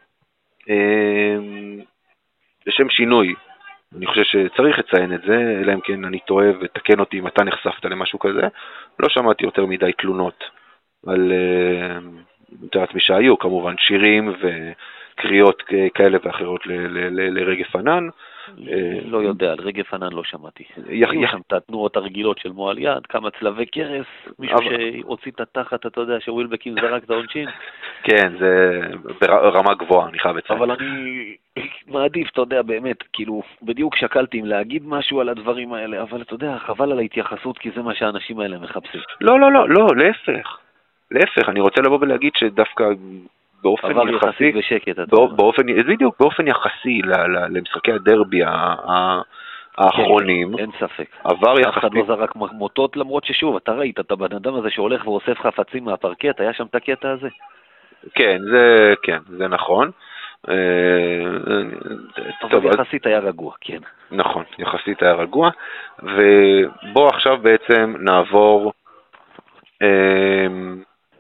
לשם שינוי, אני חושב שצריך לציין את זה, אלא אם כן אני טועה ותקן אותי אם אתה נחשפת למשהו כזה, לא שמעתי יותר מדי תלונות על יותר עצמי שהיו, כמובן שירים וקריאות כאלה ואחרות לרגף ענן. לא יודע, על רגף ענן לא שמעתי. היו שם את התנועות הרגילות של מועל יד, כמה צלבי קרס, מישהו שהוציא את התחת, אתה יודע, שווילבקין זרק את העונשין. כן, זה ברמה גבוהה, אני חייב לציין. אבל אני מעדיף, אתה יודע, באמת, כאילו, בדיוק שקלתי אם להגיד משהו על הדברים האלה, אבל אתה יודע, חבל על ההתייחסות, כי זה מה שהאנשים האלה מחפשים. לא, לא, לא, לא, להפך. להפך, אני רוצה לבוא ולהגיד שדווקא באופן יחסי, יחסי בשקט, באופן, באופן, באופן יחסי למשחקי הדרבי האחרונים, אין ספק. עבר יחסי. אף אחד לא זרק מוטות, למרות ששוב, אתה ראית את הבן אדם הזה שהולך ואוסף חפצים מהפרקט, היה שם את הקטע הזה. כן, זה, כן, זה נכון. אבל יחסית היה רגוע, כן. נכון, יחסית היה רגוע, ובוא עכשיו בעצם נעבור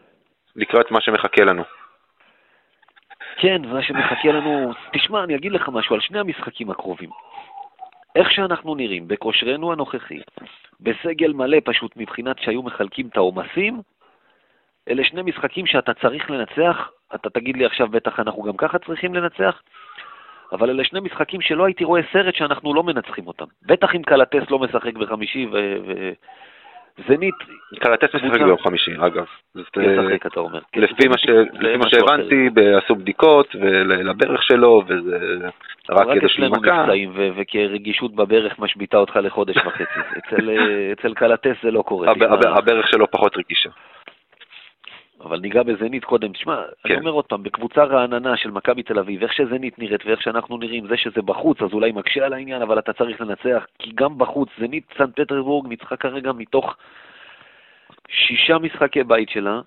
לקראת מה שמחכה לנו. כן, מה שמחכה לנו, תשמע, אני אגיד לך משהו על שני המשחקים הקרובים. איך שאנחנו נראים, בכושרנו הנוכחי, בסגל מלא פשוט מבחינת שהיו מחלקים את העומסים, אלה שני משחקים שאתה צריך לנצח, אתה תגיד לי עכשיו בטח אנחנו גם ככה צריכים לנצח, אבל אלה שני משחקים שלא הייתי רואה סרט שאנחנו לא מנצחים אותם. בטח אם קלטס לא משחק בחמישי וזנית... קלטס משחק ביום חמישי, אגב. ישחק, אתה אומר. לפי מה שהבנתי, עשו בדיקות לברך שלו, וזה רק כדי של מכה. וכרגישות בברך משביטה אותך לחודש וחצי. אצל קלטס זה לא קורה. הברך שלו פחות רגישה. אבל ניגע בזנית קודם. תשמע, אני אומר עוד פעם, בקבוצה רעננה של מכבי תל אביב, איך שזנית נראית ואיך שאנחנו נראים, זה שזה בחוץ, אז אולי מקשה על העניין, אבל אתה צריך לנצח, כי גם בחוץ, זנית סנט פטרסבורג ניצחה כרגע מתוך שישה משחקי בית שלה,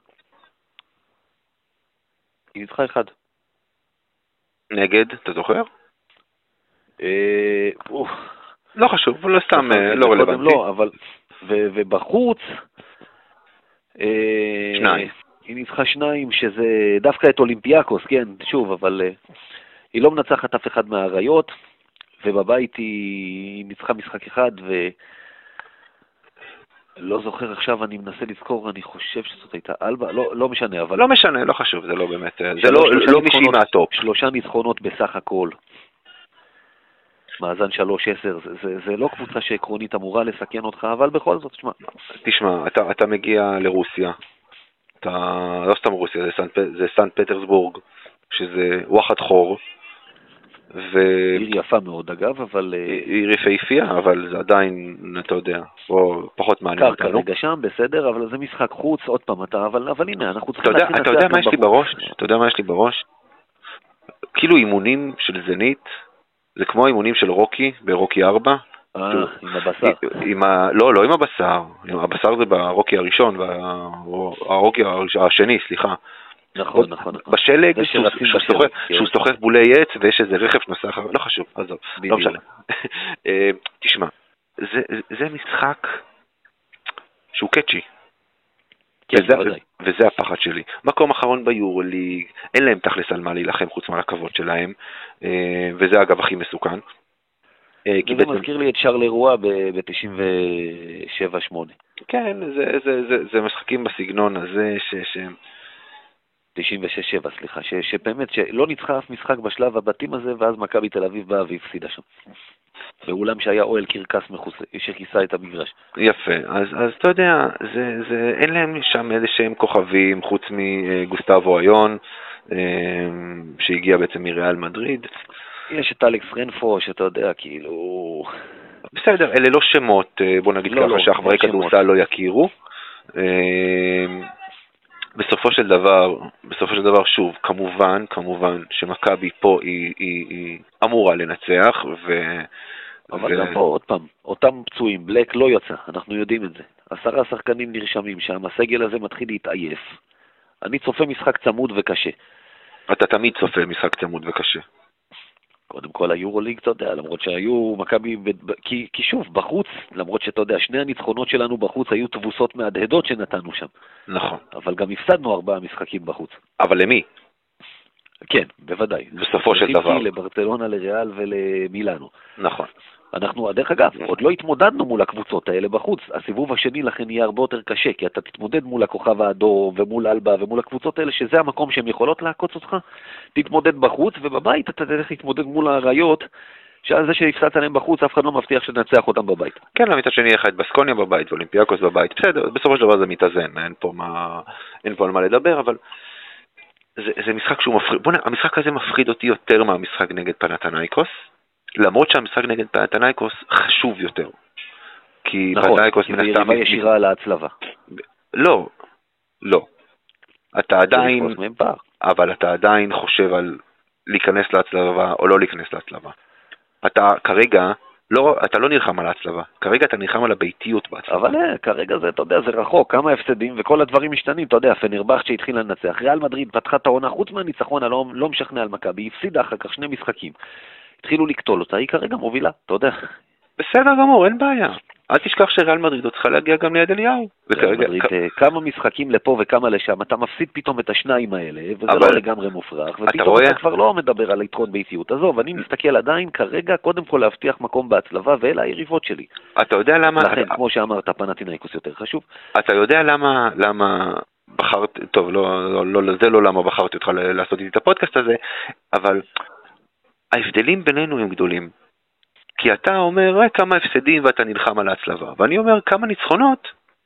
היא ניצחה אחד. נגד, אתה זוכר? אה... לא חשוב, לא סתם, לא רלוונטי. לא, אבל... ובחוץ... שניים. היא ניצחה שניים, שזה דווקא את אולימפיאקוס, כן, שוב, אבל uh, היא לא מנצחת אף אחד מהאריות, ובבית היא ניצחה משחק אחד, ולא זוכר עכשיו, אני מנסה לזכור, אני חושב שזאת הייתה אלבה, לא, לא משנה, אבל... לא משנה, לא חשוב, זה לא באמת, זה לא, לא מישהי מהטופ. שלושה ניצחונות בסך הכל. מאזן שלוש עשר, זה, זה, זה לא קבוצה שעקרונית אמורה לסכן אותך, אבל בכל זאת, תשמע. תשמע, אתה, אתה מגיע לרוסיה, אתה, לא סתם רוסיה, זה סנט, זה סנט פטרסבורג, שזה וואחד חור, ו... עיר יפה מאוד אגב, אבל... עיר יפהפייה, אבל זה עדיין, אתה יודע, פחות מעניין אותנו. כרגע שם, בסדר, אבל זה משחק חוץ, עוד פעם, אתה, אבל, אבל הנה, אנחנו צריכים... אתה יודע, אתה יודע מה יש לי בראש? אתה יודע מה יש לי בראש? כאילו אימונים של זנית, זה כמו האימונים של רוקי, ברוקי ארבע. אה, עם הבשר. עם ה... לא, לא עם הבשר. הבשר זה ברוקי הראשון, הרוקי השני, סליחה. נכון, נכון. בשלג, שהוא סוחף בולי עץ, ויש איזה רכב נוסע אחר, לא חשוב, עזוב, לא משנה. תשמע, זה משחק שהוא קאצ'י. וזה הפחד שלי. מקום אחרון ביורוליג, אין להם תכלס על מה להילחם חוץ מהרכבות שלהם, וזה אגב הכי מסוכן. זה מזכיר לי את שרלרואה ב-תשעים ושבע שמונה. כן, זה משחקים בסגנון הזה שהם... תשעים ושש שבע, סליחה, שבאמת שלא ניצחה אף משחק בשלב הבתים הזה, ואז מכבי תל אביב באה והפסידה שם. באולם שהיה אוהל קרקס שכיסה את המגרש. יפה, אז, אז אתה יודע, זה, זה, אין להם שם איזה שהם כוכבים, חוץ מגוסטבו איון, שהגיע בעצם מריאל מדריד. יש את אלכס רנפו, שאתה יודע, כאילו... בסדר, אלה לא שמות, בוא נגיד לא, ככה, לא, שאחברי כדורסל לא יכירו. בסופו של דבר, בסופו של דבר, שוב, כמובן, כמובן, שמכבי פה היא, היא, היא אמורה לנצח, ו... אבל גם פה, עוד פעם, אותם פצועים, בלק לא יצא, אנחנו יודעים את זה. עשרה שחקנים נרשמים שם, הסגל הזה מתחיל להתעייף. אני צופה משחק צמוד וקשה. אתה תמיד צופה משחק צמוד וקשה. קודם כל היורוליג, אתה יודע, למרות שהיו מכבי, כי, כי שוב, בחוץ, למרות שאתה יודע, שני הניצחונות שלנו בחוץ היו תבוסות מהדהדות שנתנו שם. נכון. אבל גם הפסדנו ארבעה משחקים בחוץ. אבל למי? כן, בוודאי. בסופו של דבר. לברצלונה, לריאל ולמילאנו. נכון. אנחנו, דרך אגב, עוד לא התמודדנו מול הקבוצות האלה בחוץ. הסיבוב השני לכן יהיה הרבה יותר קשה, כי אתה תתמודד מול הכוכב האדום ומול אלבה ומול הקבוצות האלה, שזה המקום שהן יכולות לעקוץ אותך. תתמודד בחוץ, ובבית אתה תלך להתמודד מול האריות, שעל זה שהפסדת עליהם בחוץ, אף אחד לא מבטיח שננצח אותם בבית. כן, למצד שני אחד בסקוניה בבית, ואולימפיאקוס בבית. בסדר, בסופו של דבר זה מתאזן, אין פה מה, אין פה על מה לדבר, אבל זה, זה משחק שהוא מפחיד. בוא נראה, המשחק הזה מפחיד אותי יותר מהמשחק נגד פנתנייקוס. למרות שהמשחק נגד פנתנייקוס חשוב יותר. כי נכון, פנתנייקוס כי זה יריבה ישירה על ההצלבה. לא, לא. אתה עדיין, אבל אתה עדיין חושב על להיכנס להצלבה או לא להיכנס להצלבה. אתה כרגע, לא, אתה לא נלחם על ההצלבה, כרגע אתה נלחם על הביתיות בהצלבה. אבל כרגע זה, אתה יודע, זה רחוק, כמה הפסדים וכל הדברים משתנים, אתה יודע, פנרבכט שהתחיל לנצח, ריאל מדריד פתחה את העונה, חוץ מהניצחון, לא, לא משכנע על מכבי, הפסידה אחר כך שני משחקים. התחילו לקטול אותה, היא כרגע מובילה, אתה יודע. בסדר גמור, אין בעיה. אל תשכח שריאל מדריד עוד צריכה להגיע גם ליד אליהו. כמה משחקים לפה וכמה לשם, אתה מפסיד פתאום את השניים האלה, וזה לא לגמרי מופרך, ופתאום אתה כבר לא מדבר על יתרון באיטיות. עזוב, אני מסתכל עדיין כרגע, קודם כל להבטיח מקום בהצלבה, ואלה היריבות שלי. אתה יודע למה... לכן, כמו שאמרת, פנתינייקוס יותר חשוב. אתה יודע למה, למה בחרת, טוב, לא, לא, לא, זה לא למה בחרתי אותך לעשות איתי את הפודקאסט הזה, אבל ההבדלים בינינו הם גדולים. כי אתה אומר, רק כמה הפסדים ואתה נלחם על ההצלבה, ואני אומר, כמה ניצחונות.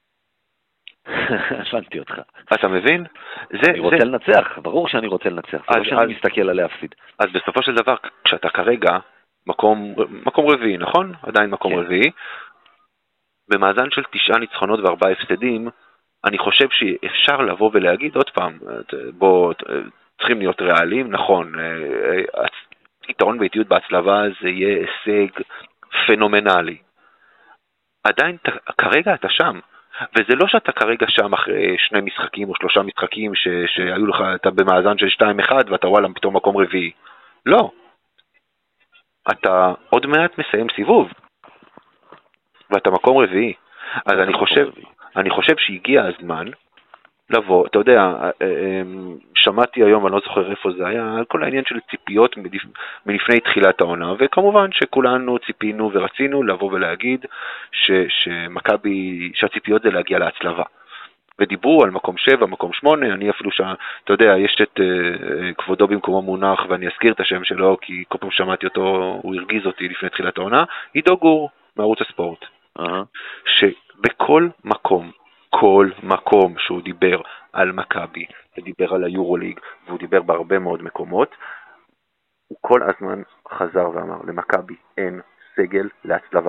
הבנתי אותך. אתה מבין? אני רוצה לנצח, ברור שאני רוצה לנצח, זה לא שאני מסתכל על להפסיד. אז בסופו של דבר, כשאתה כרגע מקום, מקום רביעי, נכון? עדיין מקום רביעי, במאזן של תשעה ניצחונות וארבעה הפסדים, אני חושב שאפשר לבוא ולהגיד, עוד פעם, בוא, צריכים להיות ריאליים, נכון, יתרון באיטיות בהצלבה זה יהיה הישג פנומנלי. עדיין, כרגע אתה שם, וזה לא שאתה כרגע שם אחרי שני משחקים או שלושה משחקים ש, שהיו לך, אתה במאזן של שתיים אחד ואתה וואלה פתאום מקום רביעי. לא. אתה עוד מעט מסיים סיבוב, ואתה מקום רביעי. אז אני חושב, אני חושב שהגיע הזמן לבוא, אתה יודע, שמעתי היום, אני לא זוכר איפה זה היה, על כל העניין של ציפיות מלפני תחילת העונה, וכמובן שכולנו ציפינו ורצינו לבוא ולהגיד ש, שמכבי, שהציפיות זה להגיע להצלבה. ודיברו על מקום שבע, מקום שמונה, אני אפילו שאתה יודע, יש את uh, כבודו במקומו מונח, ואני אזכיר את השם שלו, כי כל פעם שמעתי אותו, הוא הרגיז אותי לפני תחילת העונה, עידו גור, מערוץ הספורט. Uh-huh. שבכל מקום, כל מקום שהוא דיבר על מכבי, ודיבר על היורוליג, והוא דיבר בהרבה מאוד מקומות, הוא כל הזמן חזר ואמר, למכבי אין סגל להצלבה.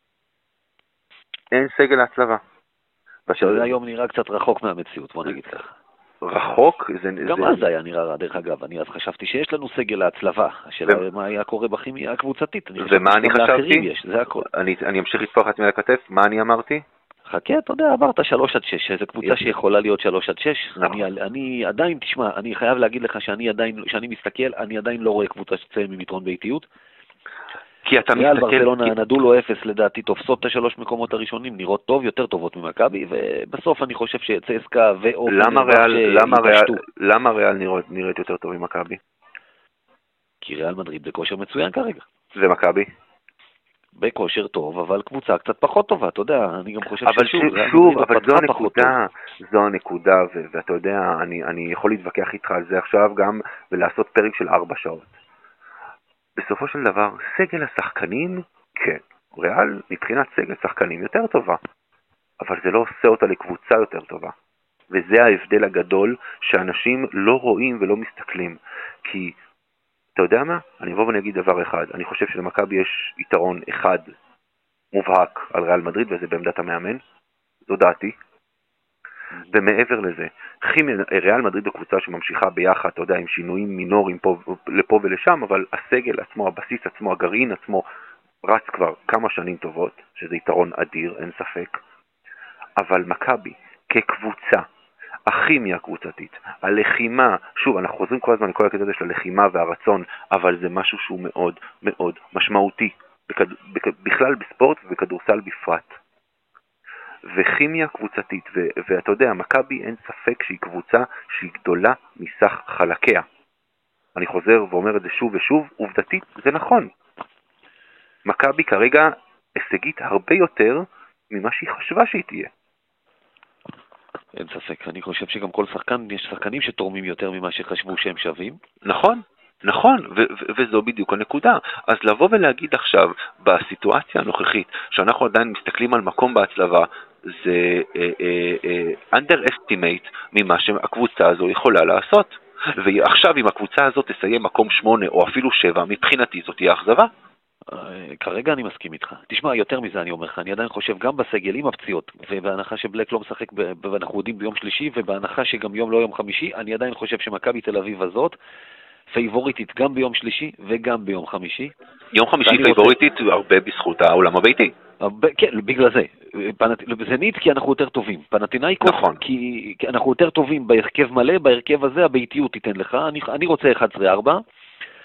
אין סגל להצלבה. שזה היום נראה קצת רחוק מהמציאות, בוא נגיד ככה. רחוק? גם אז היה נראה רע, דרך אגב, אני אז חשבתי שיש לנו סגל להצלבה, השאלה מה היה קורה בכימיה הקבוצתית. ומה אני חשבתי? אני אמשיך לתפוח את מי לכתף, מה אני אמרתי? חכה, אתה יודע, עברת שלוש עד שש, זו קבוצה שיכולה להיות שלוש עד שש, אני עדיין, תשמע, אני חייב להגיד לך שאני עדיין, שאני מסתכל, אני עדיין לא רואה קבוצה שתצא מיתרון באיטיות. כי אתה מסתכל... ריאל ברצלונה נדעו לו אפס לדעתי, תופסות את השלוש מקומות הראשונים, נראות טוב, יותר טובות ממכבי, ובסוף אני חושב שצסקה ואופן... למה ריאל נראית יותר טוב ממכבי? כי ריאל מדריד בכושר מצוין כרגע. ומכבי? בכושר טוב, אבל קבוצה קצת פחות טובה, אתה יודע, אני גם חושב ששוב... אבל שוב, אבל זו הנקודה, זו הנקודה, ואתה יודע, אני יכול להתווכח איתך על זה עכשיו גם, ולעשות פרק של ארבע שעות. בסופו של דבר, סגל השחקנים, כן, ריאל מבחינת סגל שחקנים יותר טובה, אבל זה לא עושה אותה לקבוצה יותר טובה. וזה ההבדל הגדול שאנשים לא רואים ולא מסתכלים. כי, אתה יודע מה? אני אבוא ואני אגיד דבר אחד. אני חושב שלמכבי יש יתרון אחד מובהק על ריאל מדריד, וזה בעמדת המאמן. זו דעתי. ומעבר לזה, ריאל מדריד בקבוצה שממשיכה ביחד, אתה יודע, עם שינויים מינוריים פה, לפה ולשם, אבל הסגל עצמו, הבסיס עצמו, הגרעין עצמו, רץ כבר כמה שנים טובות, שזה יתרון אדיר, אין ספק. אבל מכבי, כקבוצה, הכימיה הקבוצתית, הלחימה, שוב, אנחנו חוזרים כל הזמן לכל הקטע של הלחימה והרצון, אבל זה משהו שהוא מאוד מאוד משמעותי, בכד... בכלל בספורט ובכדורסל בפרט. וכימיה קבוצתית, ו- ואתה יודע, מכבי אין ספק שהיא קבוצה שהיא גדולה מסך חלקיה. אני חוזר ואומר את זה שוב ושוב, עובדתית זה נכון. מכבי כרגע הישגית הרבה יותר ממה שהיא חשבה שהיא תהיה. אין ספק, אני חושב שגם כל שחקן, יש שחקנים שתורמים יותר ממה שחשבו שהם שווים. נכון. נכון, ו- ו- וזו בדיוק הנקודה. אז לבוא ולהגיד עכשיו, בסיטואציה הנוכחית, שאנחנו עדיין מסתכלים על מקום בהצלבה, זה uh, uh, uh, underestimate ממה שהקבוצה הזו יכולה לעשות. ועכשיו אם הקבוצה הזאת תסיים מקום שמונה או אפילו שבע, מבחינתי זאת תהיה אכזבה. כרגע אני מסכים איתך. תשמע, יותר מזה אני אומר לך, אני עדיין חושב גם בסגל עם הפציעות, ובהנחה שבלק לא משחק, ואנחנו יודעים ביום שלישי, ובהנחה שגם יום לא יום חמישי, אני עדיין חושב שמכבי תל אביב הזאת, פייבוריטית גם ביום שלישי וגם ביום חמישי. יום חמישי פייבוריטית רוצה... הרבה בזכות העולם הביתי. הרבה, כן, בגלל זה. פנט... זה ניט כי אנחנו יותר טובים. פנתינייקוס, נכון. כי... כי אנחנו יותר טובים בהרכב מלא, בהרכב הזה הביתיות תיתן לך. אני, אני רוצה אחת עשרה ארבע.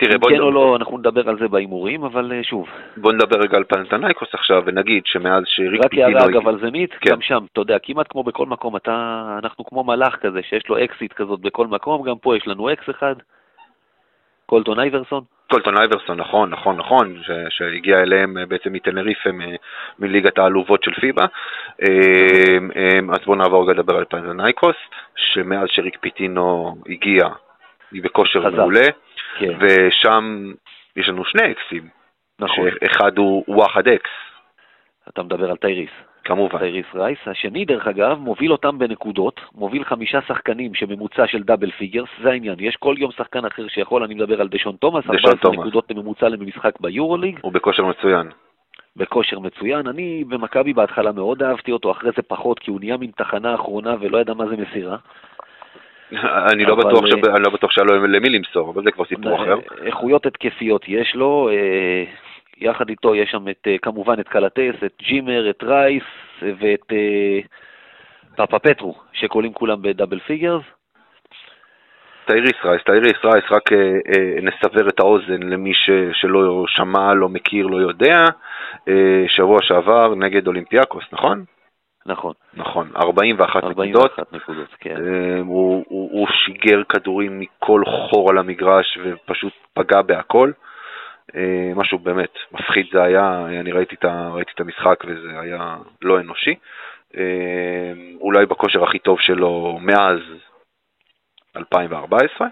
תראה, בוא כן נדבר, או לא, אנחנו נדבר על זה באימורים, אבל שוב. בוא נדבר רגע על פנתנייקוס עכשיו, ונגיד שמאז שריק רק יערה פיטינו... אגב על זנית, כן. גם שם, אתה יודע, כמעט כמו בכל מקום, אתה, אנחנו כמו מלאך כזה, שיש לו אקסיט כזאת בכל מקום, גם פה יש לנו אקס אחד, קולטון אייברסון. קולטון אייברסון, נכון, נכון, נכון, ש, שהגיע אליהם בעצם מטנריפה, מליגת העלובות של פיבה. אז בואו נעבור רגע לדבר על פנתנייקוס, שמאז שריק פיטינו הגיע, היא בכושר חזר. מעולה, כן. ושם יש לנו שני אקסים. נכון. שאחד הוא וואחד אקס. אתה מדבר על טייריס. כמובן. טייריס רייס. השני, דרך אגב, מוביל אותם בנקודות, מוביל חמישה שחקנים שממוצע של דאבל פיגרס, זה העניין. יש כל יום שחקן אחר שיכול, אני מדבר על דשון תומאס, דשון ארבע עשרה תומאס. נקודות במשחק במשחק ביורוליג. הוא בכושר מצוין. בכושר מצוין. אני במכבי בהתחלה מאוד אהבתי אותו, אחרי זה פחות, כי הוא נהיה מן תחנה אחרונה ולא ידע מה זה מסירה. אני לא בטוח ש... אני לא בטוח שהיה לו למי למסור, אבל זה כבר סיפור אחר. איכויות התקפיות יש לו, יחד איתו יש שם את, כמובן את קלטס, את ג'ימר, את רייס ואת פאפה פטרו, שקולים כולם בדאבל פיגרס. טייריס רייס, טייריס רייס, רק אה, אה, נסבר את האוזן למי ש, שלא שמע, לא מכיר, לא יודע, אה, שבוע שעבר נגד אולימפיאקוס, נכון? נכון. נכון, ארבעים ואחת ארבעים נקודות. ואחת נקודות, כן. אה, הוא, הוא, הוא שיגר כדורים מכל חור על המגרש ופשוט פגע בהכל. אה, משהו באמת מפחיד זה היה, אני ראיתי את, ראיתי את המשחק וזה היה לא אנושי. אה, אולי בכושר הכי טוב שלו מאז אלפיים וארבע עשרה.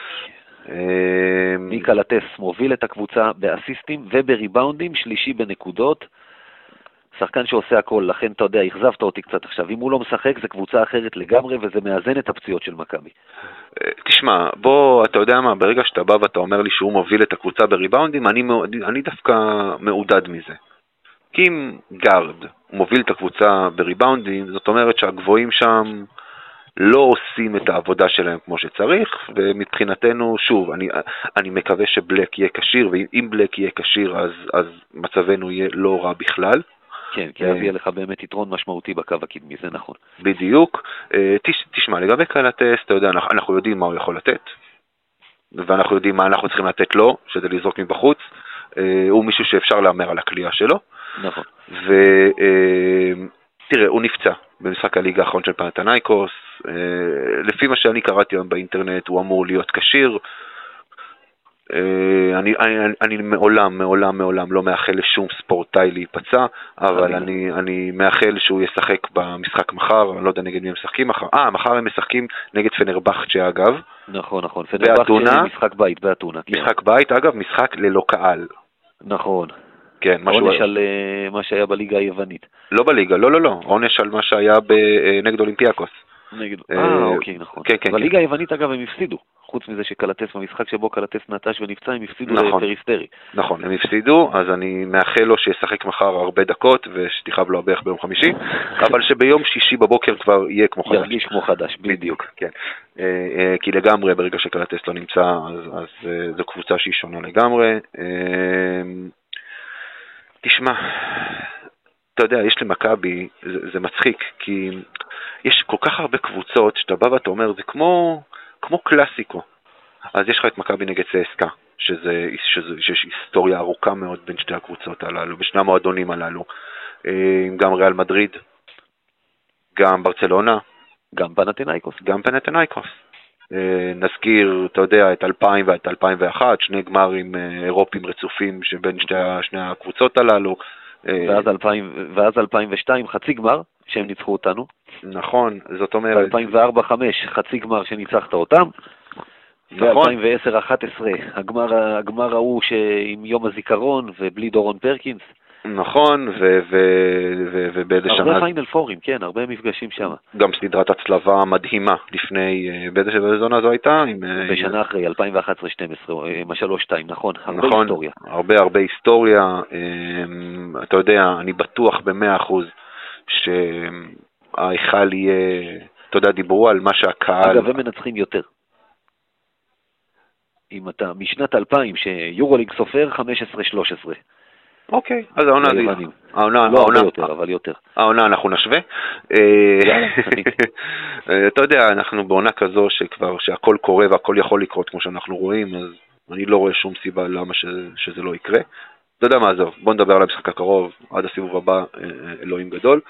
ניקה לטס מוביל את הקבוצה באסיסטים ובריבאונדים, שלישי בנקודות, שחקן שעושה הכל, לכן אתה יודע, הכזבת אותי קצת עכשיו, אם הוא לא משחק זה קבוצה אחרת לגמרי וזה מאזן את הפציעות של מכבי. תשמע, בוא, אתה יודע מה, ברגע שאתה בא ואתה אומר לי שהוא מוביל את הקבוצה בריבאונדים, אני, אני דווקא מעודד מזה. כי אם גארד מוביל את הקבוצה בריבאונדים, זאת אומרת שהגבוהים שם לא עושים את העבודה שלהם כמו שצריך, ומבחינתנו, שוב, אני, אני מקווה שבלק יהיה קשיר, ואם בלק יהיה קשיר, אז, אז מצבנו יהיה לא רע בכלל. כן, כי אז יהיה לך באמת יתרון משמעותי בקו הקדמי, זה נכון. בדיוק. תש, תשמע, לגבי קלטס, אתה יודע, אנחנו, אנחנו יודעים מה הוא יכול לתת, ואנחנו יודעים מה אנחנו צריכים לתת לו, שזה לזרוק מבחוץ. הוא מישהו שאפשר לאמר על הקליעה שלו. נכון. ותראה, הוא נפצע במשחק הליגה האחרון של פנתנייקוס, לפי מה שאני קראתי היום באינטרנט, הוא אמור להיות קשיר. אני, אני, אני מעולם, מעולם, מעולם לא מאחל לשום ספורטאי להיפצע, אבל אני, אני מאחל שהוא ישחק במשחק מחר, אני לא יודע נגד מי הם משחקים מחר. אה, מחר הם משחקים נגד פנרבחצ'ה אגב. נכון, נכון. פנרבחצ'ה משחק בית באתונה. משחק בית, אגב, משחק ללא קהל. נכון. כן, עונש על מה שהיה בליגה היוונית. לא בליגה, לא, לא, לא. עונש על מה שהיה נגד אולימפיאקוס. נגד... אה, אוקיי, נכון. כן, כן. בליגה היוונית, אגב, הם הפסידו. חוץ מזה שקלטס במשחק שבו קלטס נטש ונפצע, הם הפסידו לפריסטרי. נכון, הם הפסידו, אז אני מאחל לו שישחק מחר הרבה דקות ושתיכב לו הברך ביום חמישי, אבל שביום שישי בבוקר כבר יהיה כמו חדש. ירגיש כמו חדש, בדיוק. כן. כי לגמרי, ברגע שקלטס לא נמצא, אז זו קבוצה שהיא שונה לגמרי. תשמע, אתה יודע, יש למכבי, זה, זה מצחיק, כי יש כל כך הרבה קבוצות שאתה בא ואתה אומר, זה כמו, כמו קלאסיקו. אז יש לך את מכבי נגד ססקה, שזה, שזה, שיש היסטוריה ארוכה מאוד בין שתי הקבוצות הללו, בשני המועדונים הללו. גם ריאל מדריד, גם ברצלונה. גם פנתנייקוס. גם פנתנייקוס. נזכיר, אתה יודע, את אלפיים ואת אלפיים ואחת, שני גמרים אירופיים רצופים שבין שתי, שני הקבוצות הללו. ואז, אלפיים, ואז אלפיים ושתיים חצי גמר שהם ניצחו אותנו. נכון, זאת אומרת... אלפיים וארבע חמש חצי גמר שניצחת אותם. נכון. ו-אלפיים ועשר אחת עשרה הגמר, הגמר ההוא עם יום הזיכרון ובלי דורון פרקינס. נכון, ובאיזה שנה... הרבה פיינל פורים, כן, הרבה מפגשים שם. גם סדרת הצלבה מדהימה לפני, באיזה זונה זו הייתה? בשנה אחרי, אלפיים ואחת עשרה שתים עשרה, שלוש שתיים, נכון, הרבה נכון, היסטוריה. הרבה הרבה היסטוריה, אתה יודע, אני בטוח במאה אחוז שההיכל יהיה, אתה יודע, דיברו על מה שהקהל... אגב, הם מנצחים יותר. אם אתה, משנת אלפיים, שיורוליג סופר חמש עשרה שלוש עשרה. אוקיי, אז העונה זה... העונה, לא הרבה יותר, אבל יותר. העונה אנחנו נשווה. אתה יודע, אנחנו בעונה כזו שכבר, שהכל קורה והכל יכול לקרות כמו שאנחנו רואים, אז אני לא רואה שום סיבה למה ש, שזה לא יקרה. אתה יודע מה, עזוב, בוא נדבר על המשחק הקרוב, עד הסיבוב הבא, אלוהים גדול.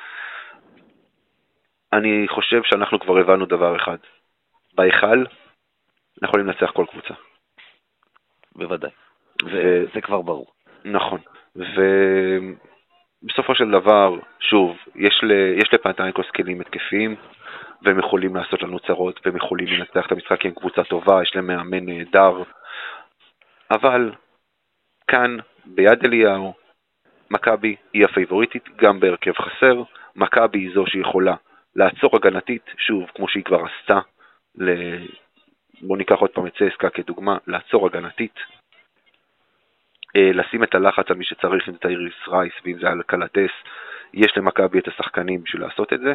אני חושב שאנחנו כבר הבנו דבר אחד. בהיכל, אנחנו יכולים לנצח כל קבוצה. בוודאי. ו... זה כבר ברור. נכון. ובסופו של דבר, שוב, יש, ל... יש לפנתנייקוס כלים התקפיים, והם יכולים לעשות לנו צרות, והם יכולים לנצח את המשחק עם קבוצה טובה, יש להם מאמן נהדר. אבל כאן, ביד אליהו, מכבי היא הפייבוריטית, גם בהרכב חסר. מכבי היא זו שיכולה לעצור הגנתית, שוב, כמו שהיא כבר עשתה, ל... בוא ניקח עוד פעם את צסקה כדוגמה, לעצור הגנתית, לשים את הלחץ על מי שצריך, אם זה טייריס רייס ואם זה על קלטס, יש למכבי את השחקנים בשביל לעשות את זה.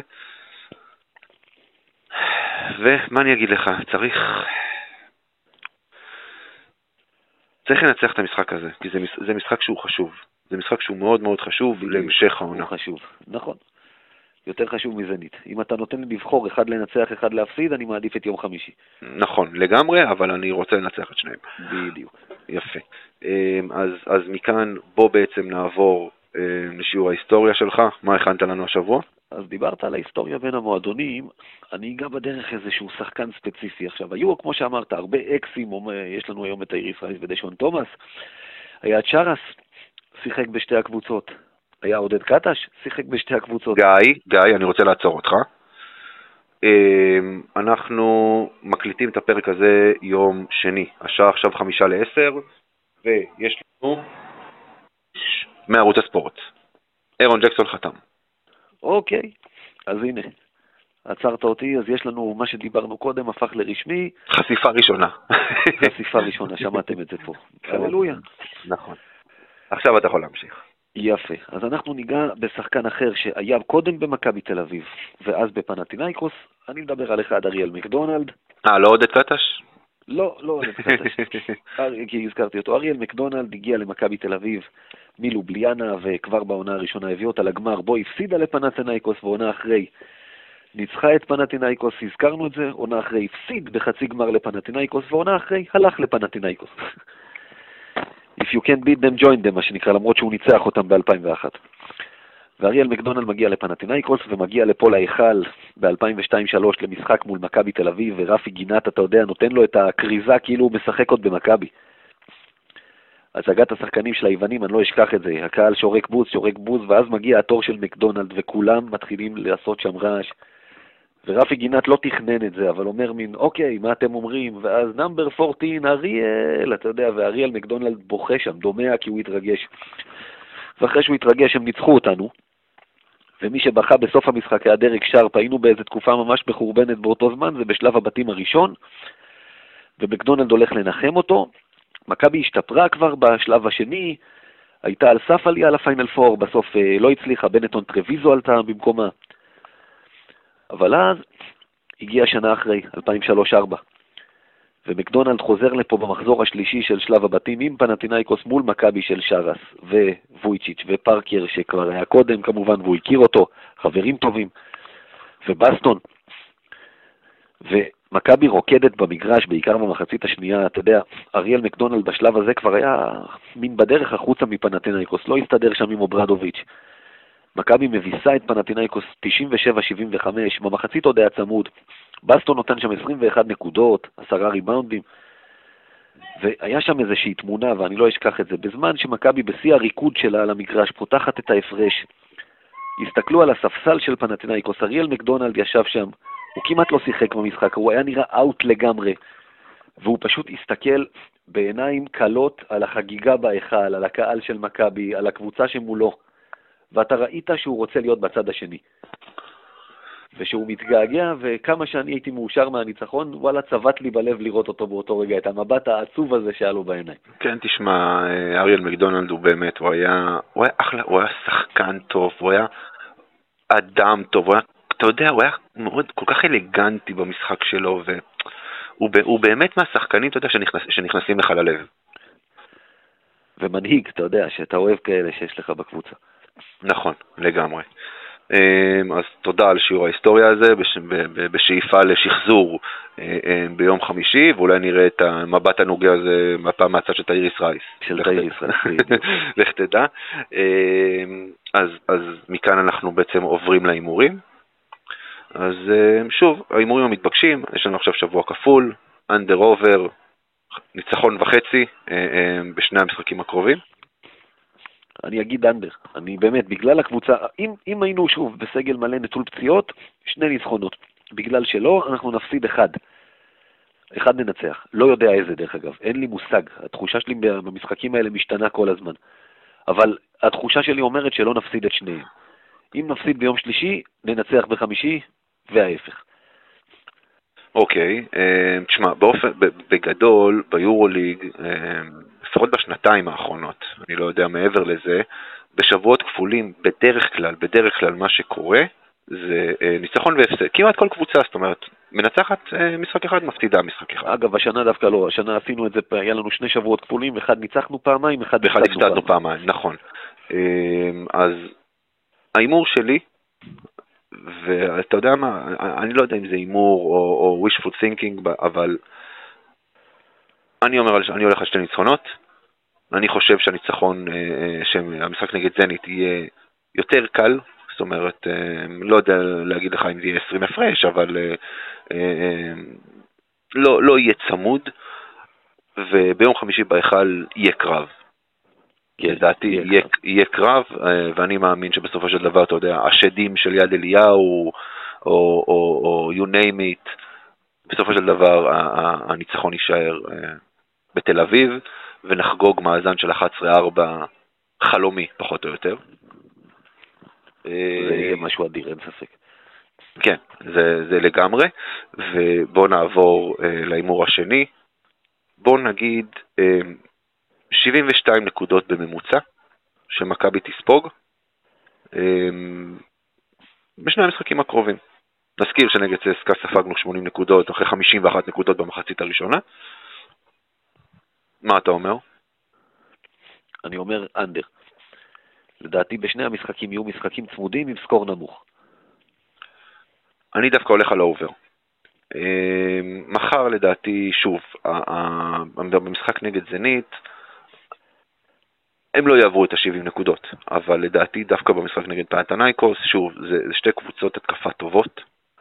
ומה אני אגיד לך, צריך צריך לנצח את המשחק הזה, כי זה, זה משחק שהוא חשוב, זה משחק שהוא מאוד מאוד חשוב להמשך העונה. חשוב, נכון. יותר חשוב מזנית. אם אתה נותן לי לבחור אחד לנצח, אחד להפסיד, אני מעדיף את יום חמישי. נכון, לגמרי, אבל אני רוצה לנצח את שניהם. בדיוק. יפה. אז, אז מכאן בוא בעצם נעבור לשיעור ההיסטוריה שלך. מה הכנת לנו השבוע? אז דיברת על ההיסטוריה בין המועדונים, אני אגע בדרך איזשהו שחקן ספציפי. עכשיו, היו, כמו שאמרת, הרבה אקסים, יש לנו היום את טייריס רייס ודשון תומאס, היה את שרס, שיחק בשתי הקבוצות. היה עודד קטש, שיחק בשתי הקבוצות. גיא, גיא, אני רוצה לעצור אותך. אנחנו מקליטים את הפרק הזה יום שני, השעה עכשיו חמישה לעשר, ויש לנו מערוץ הספורט. אירון ג'קסון חתם. אוקיי, אז הנה, עצרת אותי, אז יש לנו מה שדיברנו קודם, הפך לרשמי. חשיפה ראשונה. חשיפה ראשונה, שמעתם את זה פה. הללויה. נכון. עכשיו אתה יכול להמשיך. יפה. אז אנחנו ניגע בשחקן אחר שהיה קודם במכבי תל אביב, ואז בפנתינייקוס. אני מדבר על אחד, אריאל מקדונלד. אה, לא עודד קטש? לא, לא עודד קטש. כי הזכרתי אותו. אריאל מקדונלד הגיע למכבי תל אביב מלובליאנה, וכבר בעונה הראשונה הביא אותה לגמר, בו הפסידה לפנתינייקוס, ועונה אחרי ניצחה את פנתינייקוס, הזכרנו את זה, עונה אחרי הפסיד בחצי גמר לפנתינייקוס, ועונה אחרי הלך לפנתינייקוס. If you can't beat them, join them, מה שנקרא, למרות שהוא ניצח אותם ב-אלפיים ואחת. ואריאל מקדונלד מגיע לפנתינייקוס, ומגיע לפה להיכל ב-אלפיים ושתיים שלוש למשחק מול מכבי תל אביב, ורפי גינת, אתה יודע, נותן לו את הקריזה כאילו הוא משחק עוד במכבי. הצגת השחקנים של היוונים, אני לא אשכח את זה, הקהל שורק בוז, שורק בוז, ואז מגיע התור של מקדונלד, וכולם מתחילים לעשות שם רעש. ורפי גינת לא תכנן את זה, אבל אומר מין, אוקיי, מה אתם אומרים? ואז נאמבר ארבע עשרה, אריאל, אתה יודע, ואריאל מקדונלד בוכה שם, דומע כי הוא התרגש. ואחרי שהוא התרגש, הם ניצחו אותנו, ומי שבכה בסוף המשחק היה דרק שרפ, היינו באיזו תקופה ממש מחורבנת באותו זמן, זה בשלב הבתים הראשון, ומקדונלד הולך לנחם אותו. מכבי השתפרה כבר בשלב השני, הייתה על סף עלייה לפיינל פור, בסוף לא הצליחה, בנטון טרוויזו עלתה במקומה. אבל אז הגיע שנה אחרי, אלפיים ושלוש ארבע, ומקדונלד חוזר לפה במחזור השלישי של שלב הבתים עם פנתינייקוס מול מכבי של שרס וויצ'יץ' ופארקר שכבר היה קודם כמובן והוא הכיר אותו, חברים טובים, ובסטון. ומכבי רוקדת במגרש, בעיקר במחצית השנייה, אתה יודע, אריאל מקדונלד בשלב הזה כבר היה מין בדרך החוצה מפנתינייקוס, לא הסתדר שם עם אוברדוביץ'. מכבי מביסה את פנתינייקוס תשעים ושבע שבעים וחמש, במחצית עוד היה צמוד. בסטון נותן שם עשרים ואחת נקודות, עשרה ריבאונדים, והיה שם איזושהי תמונה, ואני לא אשכח את זה, בזמן שמכבי בשיא הריקוד שלה על המגרש פותחת את ההפרש, הסתכלו על הספסל של פנתינייקוס, אריאל מקדונלד ישב שם, הוא כמעט לא שיחק במשחק, הוא היה נראה אאוט לגמרי, והוא פשוט הסתכל בעיניים קלות על החגיגה בהיכל, על הקהל של מכבי, על הקבוצה שמולו, ואתה ראית שהוא רוצה להיות בצד השני. ושהוא מתגעגע, וכמה שאני הייתי מאושר מהניצחון, וואלה, צבט לי בלב לראות אותו באותו רגע, את המבט העצוב הזה שהיה לו בעיניים. כן, תשמע, אריאל מקדונלד הוא באמת, הוא היה, הוא היה אחלה, הוא היה שחקן טוב, הוא היה אדם טוב, הוא היה, אתה יודע, הוא היה מאוד, כל כך אלגנטי במשחק שלו, והוא הוא באמת מהשחקנים, אתה יודע, שנכנס, שנכנסים לך ללב. ומנהיג, אתה יודע, שאתה אוהב כאלה שיש לך בקבוצה. נכון, לגמרי. אז תודה על שיעור ההיסטוריה הזה, בשאיפה לשחזור ביום חמישי, ואולי נראה את המבט הנוגע הזה מהפעם מהצד של תאיריס רייס. של תאיריס רייס. לך תדע. אז, אז מכאן אנחנו בעצם עוברים להימורים. אז שוב, ההימורים המתבקשים, יש לנו עכשיו שבוע כפול, אנדר אובר, ניצחון וחצי בשני המשחקים הקרובים. אני אגיד אנדר, אני באמת, בגלל הקבוצה, אם, אם היינו שוב בסגל מלא נטול פציעות, שני ניצחונות. בגלל שלא, אנחנו נפסיד אחד. אחד ננצח. לא יודע איזה דרך אגב, אין לי מושג. התחושה שלי במשחקים האלה משתנה כל הזמן. אבל התחושה שלי אומרת שלא נפסיד את שניהם. אם נפסיד ביום שלישי, ננצח בחמישי, וההפך. אוקיי, תשמע, באופן, בגדול, ביורוליג, לפחות בשנתיים האחרונות, אני לא יודע מעבר לזה, בשבועות כפולים, בדרך כלל, בדרך כלל מה שקורה, זה ניצחון והפסד. כמעט כל קבוצה, זאת אומרת, מנצחת משחק אחד, מפסידה משחק אחד. אגב, השנה דווקא לא, השנה עשינו את זה, היה לנו שני שבועות כפולים, אחד ניצחנו פעמיים, אחד הפסדנו פעמיים, נכון. אז האימור שלי, ואתה יודע מה, אני לא יודע אם זה אימור או, או wishful thinking, אבל אני אומר, אני הולך על שתי ניצחונות. אני חושב שהניצחון, שהמשחק נגד זנית יהיה יותר קל, זאת אומרת, לא יודע להגיד לך אם זה יהיה עשרים הפרש, אבל לא, לא יהיה צמוד, וביום חמישי בהיכל יהיה קרב. לדעתי יהיה, יהיה קרב, ואני מאמין שבסופו של דבר, אתה יודע, השדים של יד אליהו, או, או, או you name it, בסופו של דבר הניצחון יישאר בתל אביב, ונחגוג מאזן של אחת עשרה ארבע חלומי, פחות או יותר. זה יהיה משהו אדיר, אין ספק. כן, זה, זה לגמרי, ובואו נעבור לאימור השני. בואו נגיד שבעים ושתיים נקודות בממוצע, שמכבי תספוג, בשני המשחקים הקרובים. נזכיר שנגד צסקה ספגנו שמונים נקודות, אחרי חמישים ואחת נקודות במחצית הראשונה. מה אתה אומר? אני אומר אנדר. לדעתי בשני המשחקים יהיו משחקים צמודים עם סקור נמוך. אני דווקא הולך על האובר. מחר לדעתי, שוב, במשחק נגד זנית, הם לא יעברו את ה-שבעים נקודות, אבל לדעתי דווקא במשחק נגד פנתנייקוס, שוב, זה, זה שתי קבוצות התקפה טובות.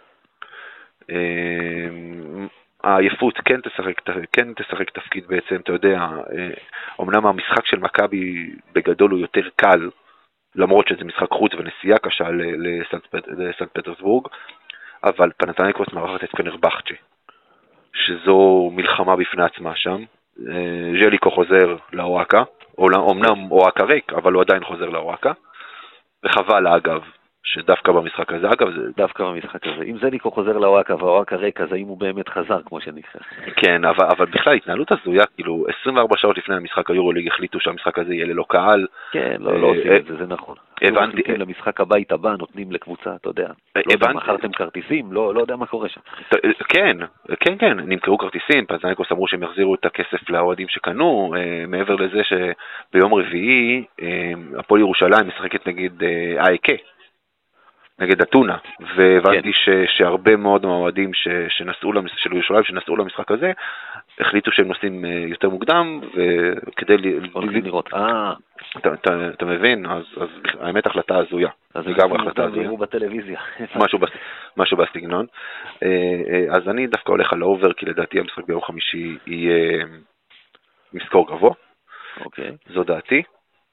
העייפות כן תשחק, כן תשחק תפקיד בעצם, אתה יודע, אמנם המשחק של מכבי בגדול הוא יותר קל, למרות שזה משחק חוץ ונסיעה קשה לסנט פטרסבורג, אבל פנתנייקוס מארחת את פנרבחצ'ה, שזו מלחמה בפני עצמה שם. ז'ליקו חוזר לאורקה, אומנם אורקה ריק, אבל הוא עדיין חוזר לאורקה, וחבל אגב, שדווקא במשחק הזה, אגב זה... דווקא במשחק הזה, אם ז'ליקו חוזר לאורקה ואורקה ריק, אז האם הוא באמת חזר כמו שנקרא? כן, אבל, אבל בכלל התנהלות הזויה, כאילו עשרים וארבע שעות לפני המשחק היורוליג החליטו שהמשחק הזה יהיה ללא קהל. כן, לא, לא עושים את זה, זה נכון. הבנתי. למשחק הבית הבא נותנים לקבוצה, אתה יודע. לא יודע, מכרתם כרטיסים, לא, לא יודע מה קורה שם. כן, כן, כן, נמכרו כרטיסים, פנתנייקוס אמרו שהם יחזירו את הכסף לאוהדים שקנו, מעבר לזה שביום רביעי הפועל ירושלים משחקת נגד אייקה. נגד אתונה, והבנתי כן. ש, שהרבה מאוד מהאוהדים שנסעו של ירושלים שנסעו למשחק הזה, החליטו שהם נוסעים יותר מוקדם, וכדי לראות, אה. אתה, אתה, אתה מבין? אז, אז האמת החלטה הזויה. אז גם החלטה הזויה. יראו בטלוויזיה. משהו, משהו בסגנון. אז אני דווקא הולך על האובר, כי לדעתי המשחק ביום חמישי יהיה מסקור גבוה. אוקיי. זו דעתי.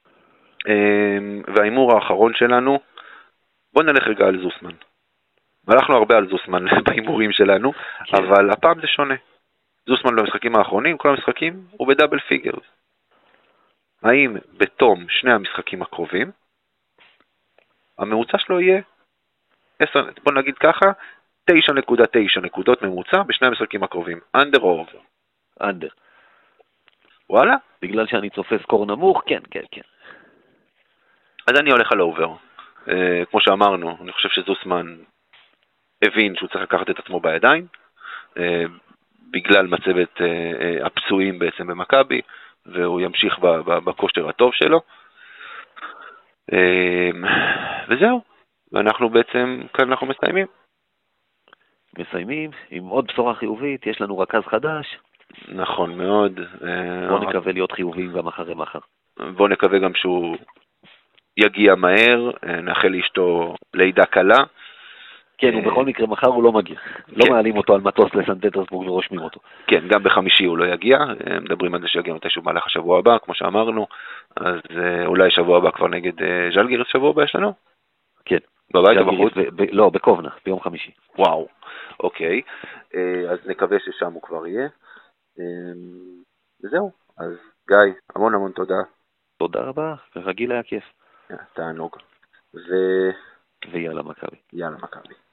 והאימור האחרון שלנו, בוא נלך רגע על זוסמן. הלכנו הרבה על זוסמן בהימורים שלנו, כן. אבל הפעם זה שונה. זוסמן במשחקים האחרונים, כל המשחקים, הוא בדאבל פיגרס. האם בתום שני המשחקים הקרובים, הממוצע שלו יהיה, בוא נגיד ככה, תשע נקודה תשע נקודות ממוצע בשני המשחקים הקרובים. אנדר או אובר? אנדר. וואלה? בגלל שאני צופה סקור נמוך, כן, כן, כן. אז אני הולך על אובר. Uh, כמו שאמרנו, אני חושב שזוסמן הבין שהוא צריך לקחת את עצמו בידיים, uh, בגלל מצבת uh, uh, הפצועים בעצם במכבי, והוא ימשיך בכושר הטוב שלו. Uh, וזהו, ואנחנו בעצם, כאן אנחנו מסיימים. מסיימים עם עוד בשורה חיובית, יש לנו רכז חדש. נכון מאוד. בוא נקווה להיות חיוביים גם אחרי מחר. בוא נקווה גם שהוא יגיע מהר, נאחל לאשתו לידה קלה. כן, ובכל מקרה מחר הוא לא מגיע. לא מעלים אותו על מטוס לסן פטרסבורג ורושמים אותו. כן, גם בחמישי הוא לא יגיע, מדברים על זה שיגיע מתישהו במהלך השבוע הבא, כמו שאמרנו, אז אולי שבוע הבא כבר נגד ז'לגיריס שבוע הבא יש לנו? כן. בבית או בחוץ? לא, בקובנה, ביום חמישי. וואו, אוקיי. אז נקווה ששם הוא כבר יהיה. וזהו, אז גיא, המון המון תודה. תודה רבה, רגיל היה כיף. תענוג. ו... ויאללה מכבי. יאללה מכבי.